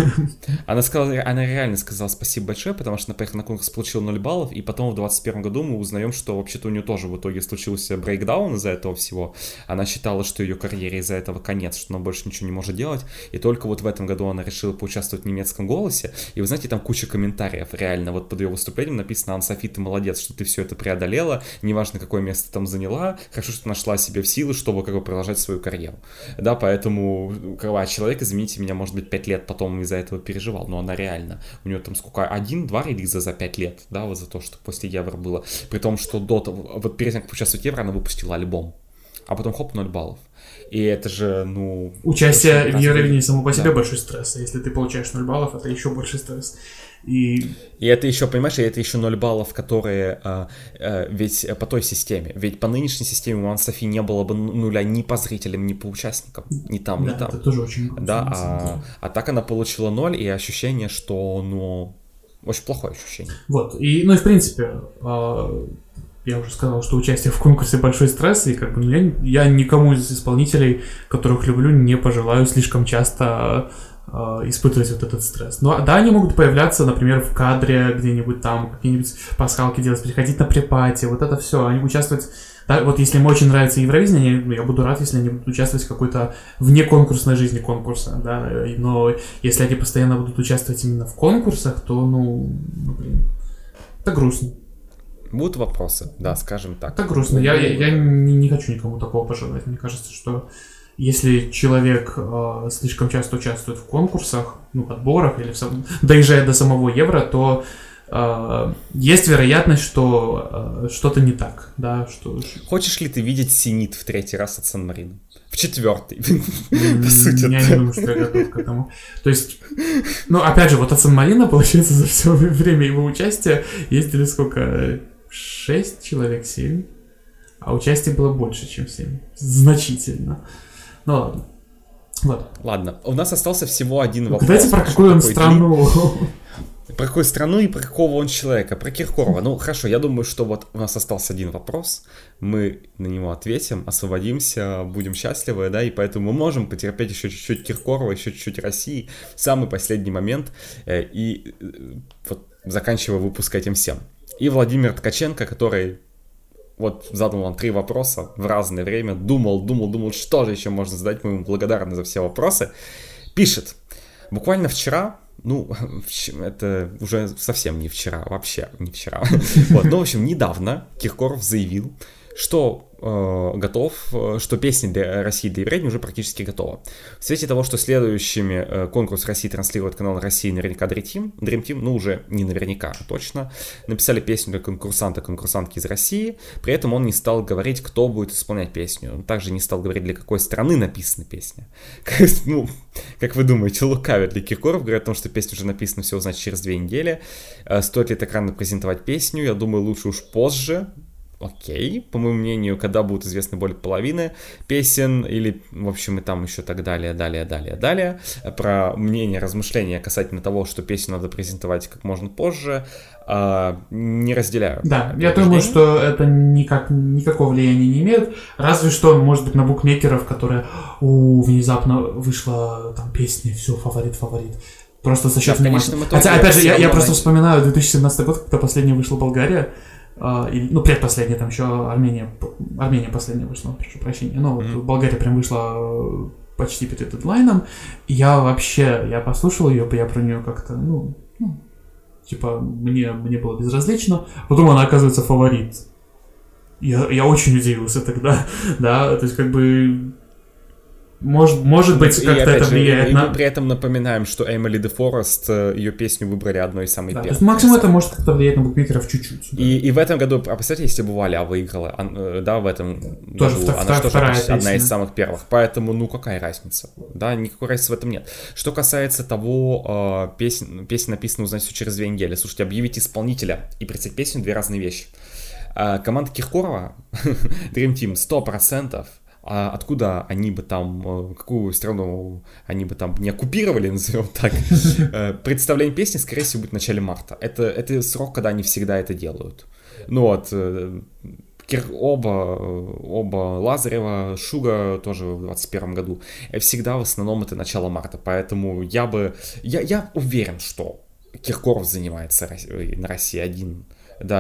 Она реально сказала спасибо большое, потому что она поехала на конкурс, получила 0 баллов, и потом в 2021 году мы узнаем, что вообще-то у нее тоже в итоге случился брейкдаун из-за этого всего. Она считала, что ее карьере из-за этого конец, что она больше ничего не может делать, и только вот в этом году она решила поучаствовать в немецком голосе, и вы знаете, там куча комментариев, реально, вот под ее выступлением написано: Ан-Софи, ты молодец, что ты все это преодолела, неважно, какое место там заняла, хорошо, что нашла себе в силы, чтобы как бы продолжать свою карьеру. Да, поэтому, человек, извините меня, может быть, 5 лет потом из-за этого переживал, но она реально, у нее там сколько, 1-2 релиза за 5 лет, да, вот за то, что после Евро было, при том, что до того, вот перед тем, как поучаствовать в Евро, она выпустила альбом, а потом хоп, 0 баллов. И это же, Участие в Евровидении само по себе большой стресс, а если ты получаешь 0 баллов, это еще больше стресс. И это еще, понимаешь, это еще 0 баллов, которые ведь по той системе. Ведь по нынешней системе у Ан-Софи не было бы нуля ни по зрителям, ни по участникам. Ни там, ни там. Это тоже очень грустно. Да, а так она получила 0, и ощущение, что, очень плохое ощущение. Вот, и, в принципе, я уже сказал, что участие в конкурсе большой стресс, и как бы я никому из исполнителей, которых люблю, не пожелаю слишком часто испытывать вот этот стресс. Да, они могут появляться, например, в кадре где-нибудь там, какие-нибудь пасхалки делать, приходить на припати, вот это все, они участвовать. Да, вот если им очень нравится Евровидение, я буду рад, если они будут участвовать в какой-то внеконкурсной жизни конкурса, да, но если они постоянно будут участвовать именно в конкурсах, то, блин, это грустно. Будут вопросы, да, скажем так. Это грустно, я не хочу никому такого пожелать, мне кажется, что если человек слишком часто участвует в конкурсах, отборах или доезжает до самого Евро, то есть вероятность, что что-то не так, да, что... Хочешь ли ты видеть Зенит в 3-й раз от Сан-Марино? В 4-й, по сути. Я не думаю, что я готов к этому. То есть, опять же, вот от Сан-Марино, получается, за все время его участия ездили сколько? 6 человек, 7? А участия было больше, чем 7. Значительно. Ладно. Вот. Ладно, у нас остался всего один вопрос. Давайте про какую он страну... Про какую страну и про какого он человека? Про Киркорова. Хорошо, я думаю, что вот у нас остался один вопрос. Мы на него ответим, освободимся, будем счастливы, да, и поэтому мы можем потерпеть еще чуть-чуть Киркорова, еще чуть-чуть России в самый последний момент и вот заканчивая выпуск этим всем. И Владимир Ткаченко, который вот задал вам 3 вопроса в разное время, думал, что же еще можно задать, мы ему благодарны за все вопросы, пишет: буквально вчера, это уже совсем не вчера, вообще не вчера, вот, в общем, недавно Киркоров заявил, что готов, что песня для России для Евровидения уже практически готова. В свете того, что следующими конкурс России транслирует канал России наверняка Dream Team, уже не наверняка, а точно, написали песню для конкурсантки из России, при этом он не стал говорить, кто будет исполнять песню, он также не стал говорить, для какой страны написана песня. Как вы думаете, лукавит ли Киркоров, говорят о том, что песня уже написана всего, значит, через 2 недели, стоит ли так рано презентовать песню, я думаю, лучше уж позже. Окей, по моему мнению, когда будут известны более половины песен, или, в общем, и там еще так далее. Про мнение, размышления касательно того, что песню надо презентовать как можно позже, не разделяю. Да, я думаю, что это никакого влияния не имеет, разве что, может быть, на букмекеров, которые, внезапно вышла там песня, все, фаворит. Просто за счет внимания. Хотя, опять же, я просто вспоминаю 2017 год, когда последняя вышла Болгария, предпоследняя, там еще Армения последняя вышла, прошу прощения, вот Болгария прям вышла почти перед дедлайном, и я послушал ее, я про нее как-то, мне было безразлично, потом она оказывается фаворит. Я очень удивился тогда, да, то есть как бы Может быть, как-то это влияет на... Мы при этом напоминаем, что Эмили де Форест, ее песню выбрали одной из самых первых. Максимум это может как-то влиять на букмекеров чуть-чуть. Да. И в этом году, представьте, если бы Валя выиграла, да, в этом тоже году, она же тоже одна из самых первых. Поэтому, какая разница? Да, никакой разницы в этом нет. Что касается того, песня написана «Узнать все через 2 недели». Слушайте, объявить исполнителя и представить песню — 2 разные вещи. Команда Киркорова, Dream Team, 100%. А откуда они бы там, какую страну они бы там не оккупировали, назовем так, представление песни, скорее всего, будет в начале марта. Это срок, когда они всегда это делают. Оба Лазарева, Шуга тоже в 2021 году. Всегда в основном это начало марта. Поэтому я уверен, что Киркоров занимается на России один, да,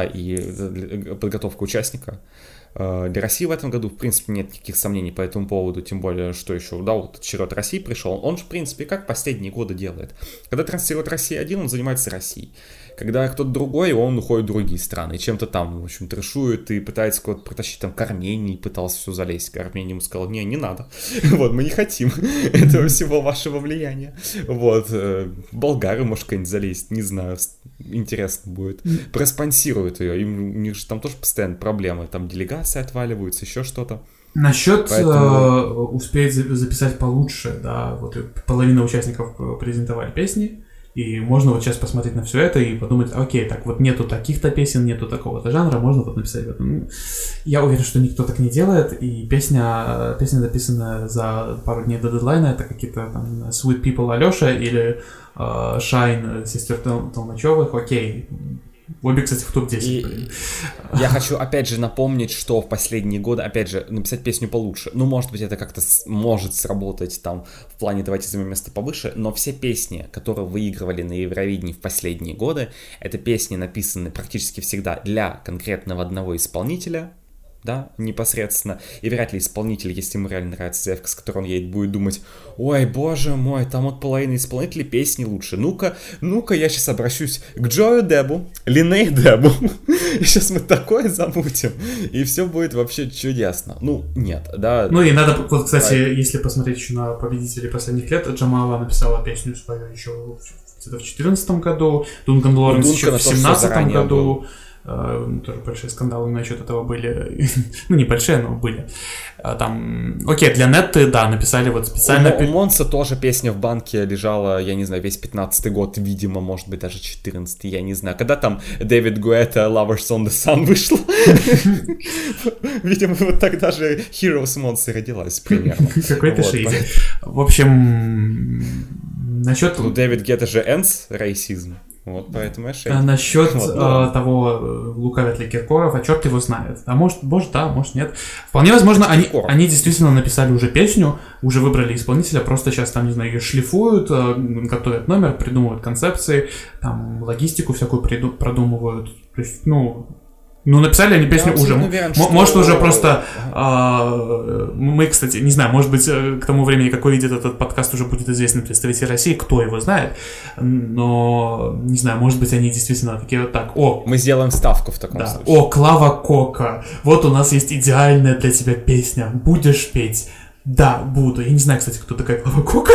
и подготовка участника. Для России в этом году, в принципе, нет никаких сомнений по этому поводу, тем более, что еще, да, вот черед России пришел, он же, в принципе, как последние годы делает. Когда транслирует Россия-1, он занимается Россией. Когда кто-то другой, он уходит в другие страны, чем-то там, в общем, трешует и пытается кого-то протащить, там, к Армении, пытался все залезть, Армения ему сказала: не надо, вот, мы не хотим этого всего вашего влияния, вот, болгары, может, как-нибудь залезть, не знаю, интересно будет, проспонсируют ее, у них же там тоже постоянно проблемы, там делегации отваливаются, еще что-то. Насчет успеть записать получше, да, вот половина участников презентовали песни, и можно вот сейчас посмотреть на все это и подумать: окей, так вот нету таких-то песен, нету такого-то жанра, можно вот написать в этом. Я уверен, что никто так не делает, и песня записана за пару дней до дедлайна, это какие-то там Sweet People Алёша или Shine сестер Толмачевых, окей. Обе, кстати, в топ-10. Я хочу, опять же, напомнить, что в последние годы, опять же, написать песню получше. Может быть, это как-то может сработать там в плане «давайте займем место повыше», но все песни, которые выигрывали на Евровидении в последние годы, это песни, написаны практически всегда для конкретного одного исполнителя, да, непосредственно, и вряд ли исполнитель, если ему реально нравится заявка, с которой он едет, будет думать: ой, боже мой, там от половины исполнителей песни лучше, ну-ка, я сейчас обращусь к Джою Дебу, Линей Дебу, и сейчас мы такое замутим, и все будет вообще чудесно. Нет, да. И надо, вот, кстати, если посмотреть еще на победителей последних лет, Джамала написала песню свою еще где-то в 2014 году, Дункан Лоренс еще в 2017 году. Тоже большие скандалы насчет этого были. Небольшие, но были. Там, окей, для Нетты, да, написали вот специально. У Монса тоже песня в банке лежала, я не знаю, весь 15-й год, видимо, может быть, даже 14-й, я не знаю. Когда там Дэвид Гуэтта Lovers on the Sun вышла? Видимо, вот тогда же Heroes Monster родилась примерно. Какой-то шейди. В общем, насчет... Дэвид Гуэтта же Ends Racism. Вот, поэтому я шейд. Насчет того, лукавят ли Киркоров, черт его знает. А может да, может нет. Вполне возможно, они действительно написали уже песню, уже выбрали исполнителя, просто сейчас там, не знаю, ее шлифуют, готовят номер, придумывают концепции, там логистику всякую продумывают. То есть, написали они песню уже. Уверен, может, уже просто... мы, кстати, не знаю, может быть, к тому времени, как выйдет этот подкаст, уже будет известный представитель России, кто его знает. Но, не знаю, может быть, они действительно такие вот так. Мы сделаем ставку в таком случае. Клава Кока. Вот у нас есть идеальная для тебя песня. Будешь петь? Да, буду. Я не знаю, кстати, кто такая Клава Кока.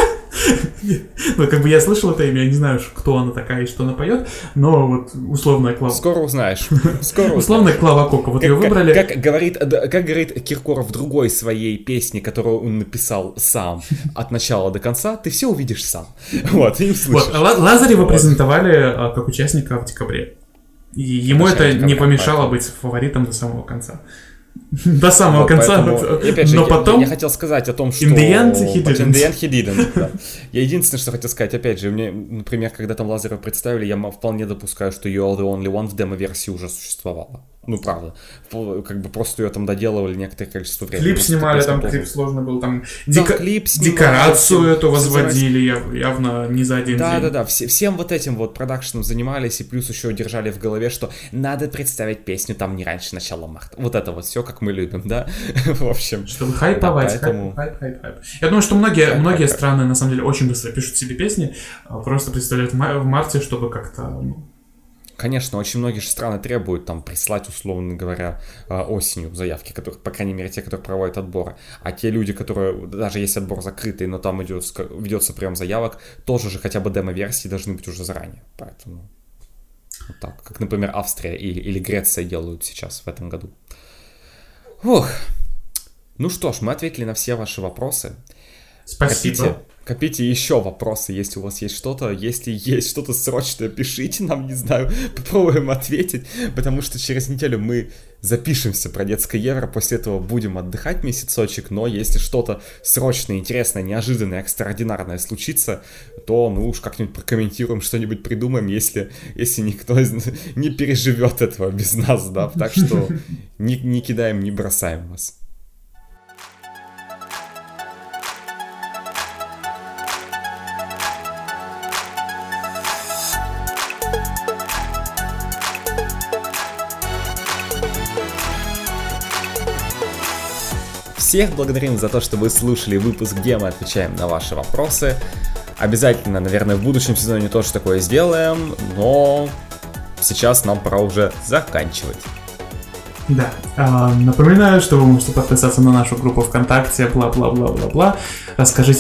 Я слышал это имя, я не знаю, кто она такая и что она поет, но вот условная Клава... Скоро узнаешь. Условная Клава Кока, вот ее выбрали... Как говорит Киркоров в другой своей песне, которую он написал сам от начала до конца, ты все увидишь сам. Вот, и услышишь. Лазарева презентовали как участника в декабре. И ему это не помешало быть фаворитом до самого конца. До самого конца, но потом... Я хотел сказать о том, что... In the end he didn't. Да. Я единственное, что хотел сказать, опять же, мне, например, когда там Лазарева представили, я вполне допускаю, что You Are The Only One в демо-версии уже существовала. Правда. Как бы просто ее там доделывали некоторое количество времени. Клип снимали, там клип сложно был, там декорацию эту возводили явно не за один день. Да. Всем вот этим вот продакшеном занимались, и плюс еще держали в голове, что надо представить песню там не раньше начала марта. Вот это вот все, как мы любим, да? В общем. Чтобы хайповать, хайп. Я думаю, что многие страны, на самом деле, очень быстро пишут себе песни, просто представляют в марте, чтобы как-то... Конечно, очень многие же страны требуют там прислать, условно говоря, осенью заявки, которые, по крайней мере, те, которые проводят отборы. А те люди, которые, даже если отбор закрытый, но там ведется прием заявок, тоже же хотя бы демо-версии должны быть уже заранее. Поэтому вот так, как, например, Австрия или Греция делают сейчас в этом году. Ох. Ну что ж, мы ответили на все ваши вопросы. Спасибо. Копите еще вопросы, если у вас есть что-то. Если есть что-то срочное, пишите нам, не знаю, попробуем ответить. Потому что через неделю мы запишемся про детское Евро, после этого будем отдыхать месяцочек. Но если что-то срочное, интересное, неожиданное, экстраординарное случится, то ну уж как-нибудь прокомментируем, что-нибудь придумаем, если никто не переживет этого без нас, да. Так что не кидаем, не бросаем вас. Всех благодарим за то, что вы слушали выпуск, где мы отвечаем на ваши вопросы. Обязательно, наверное, в будущем сезоне тоже такое сделаем, но сейчас нам пора уже заканчивать. Да, напоминаю, что вы можете подписаться на нашу группу ВКонтакте, бла-бла-бла-бла-бла. Расскажи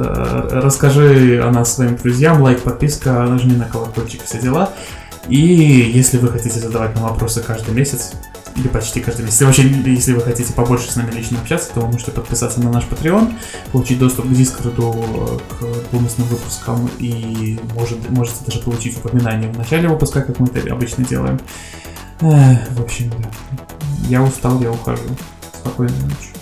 о нас своим друзьям, лайк, подписка, нажми на колокольчик, все дела. И если вы хотите задавать нам вопросы каждый месяц, или почти каждый месяц. Вообще, если вы хотите побольше с нами лично общаться, то вы можете подписаться на наш Patreon, получить доступ к Дискорду, к бонусным выпускам и можете даже получить упоминание в начале выпуска, как мы это обычно делаем. В общем, да. Я устал, я ухожу. Спокойной ночи.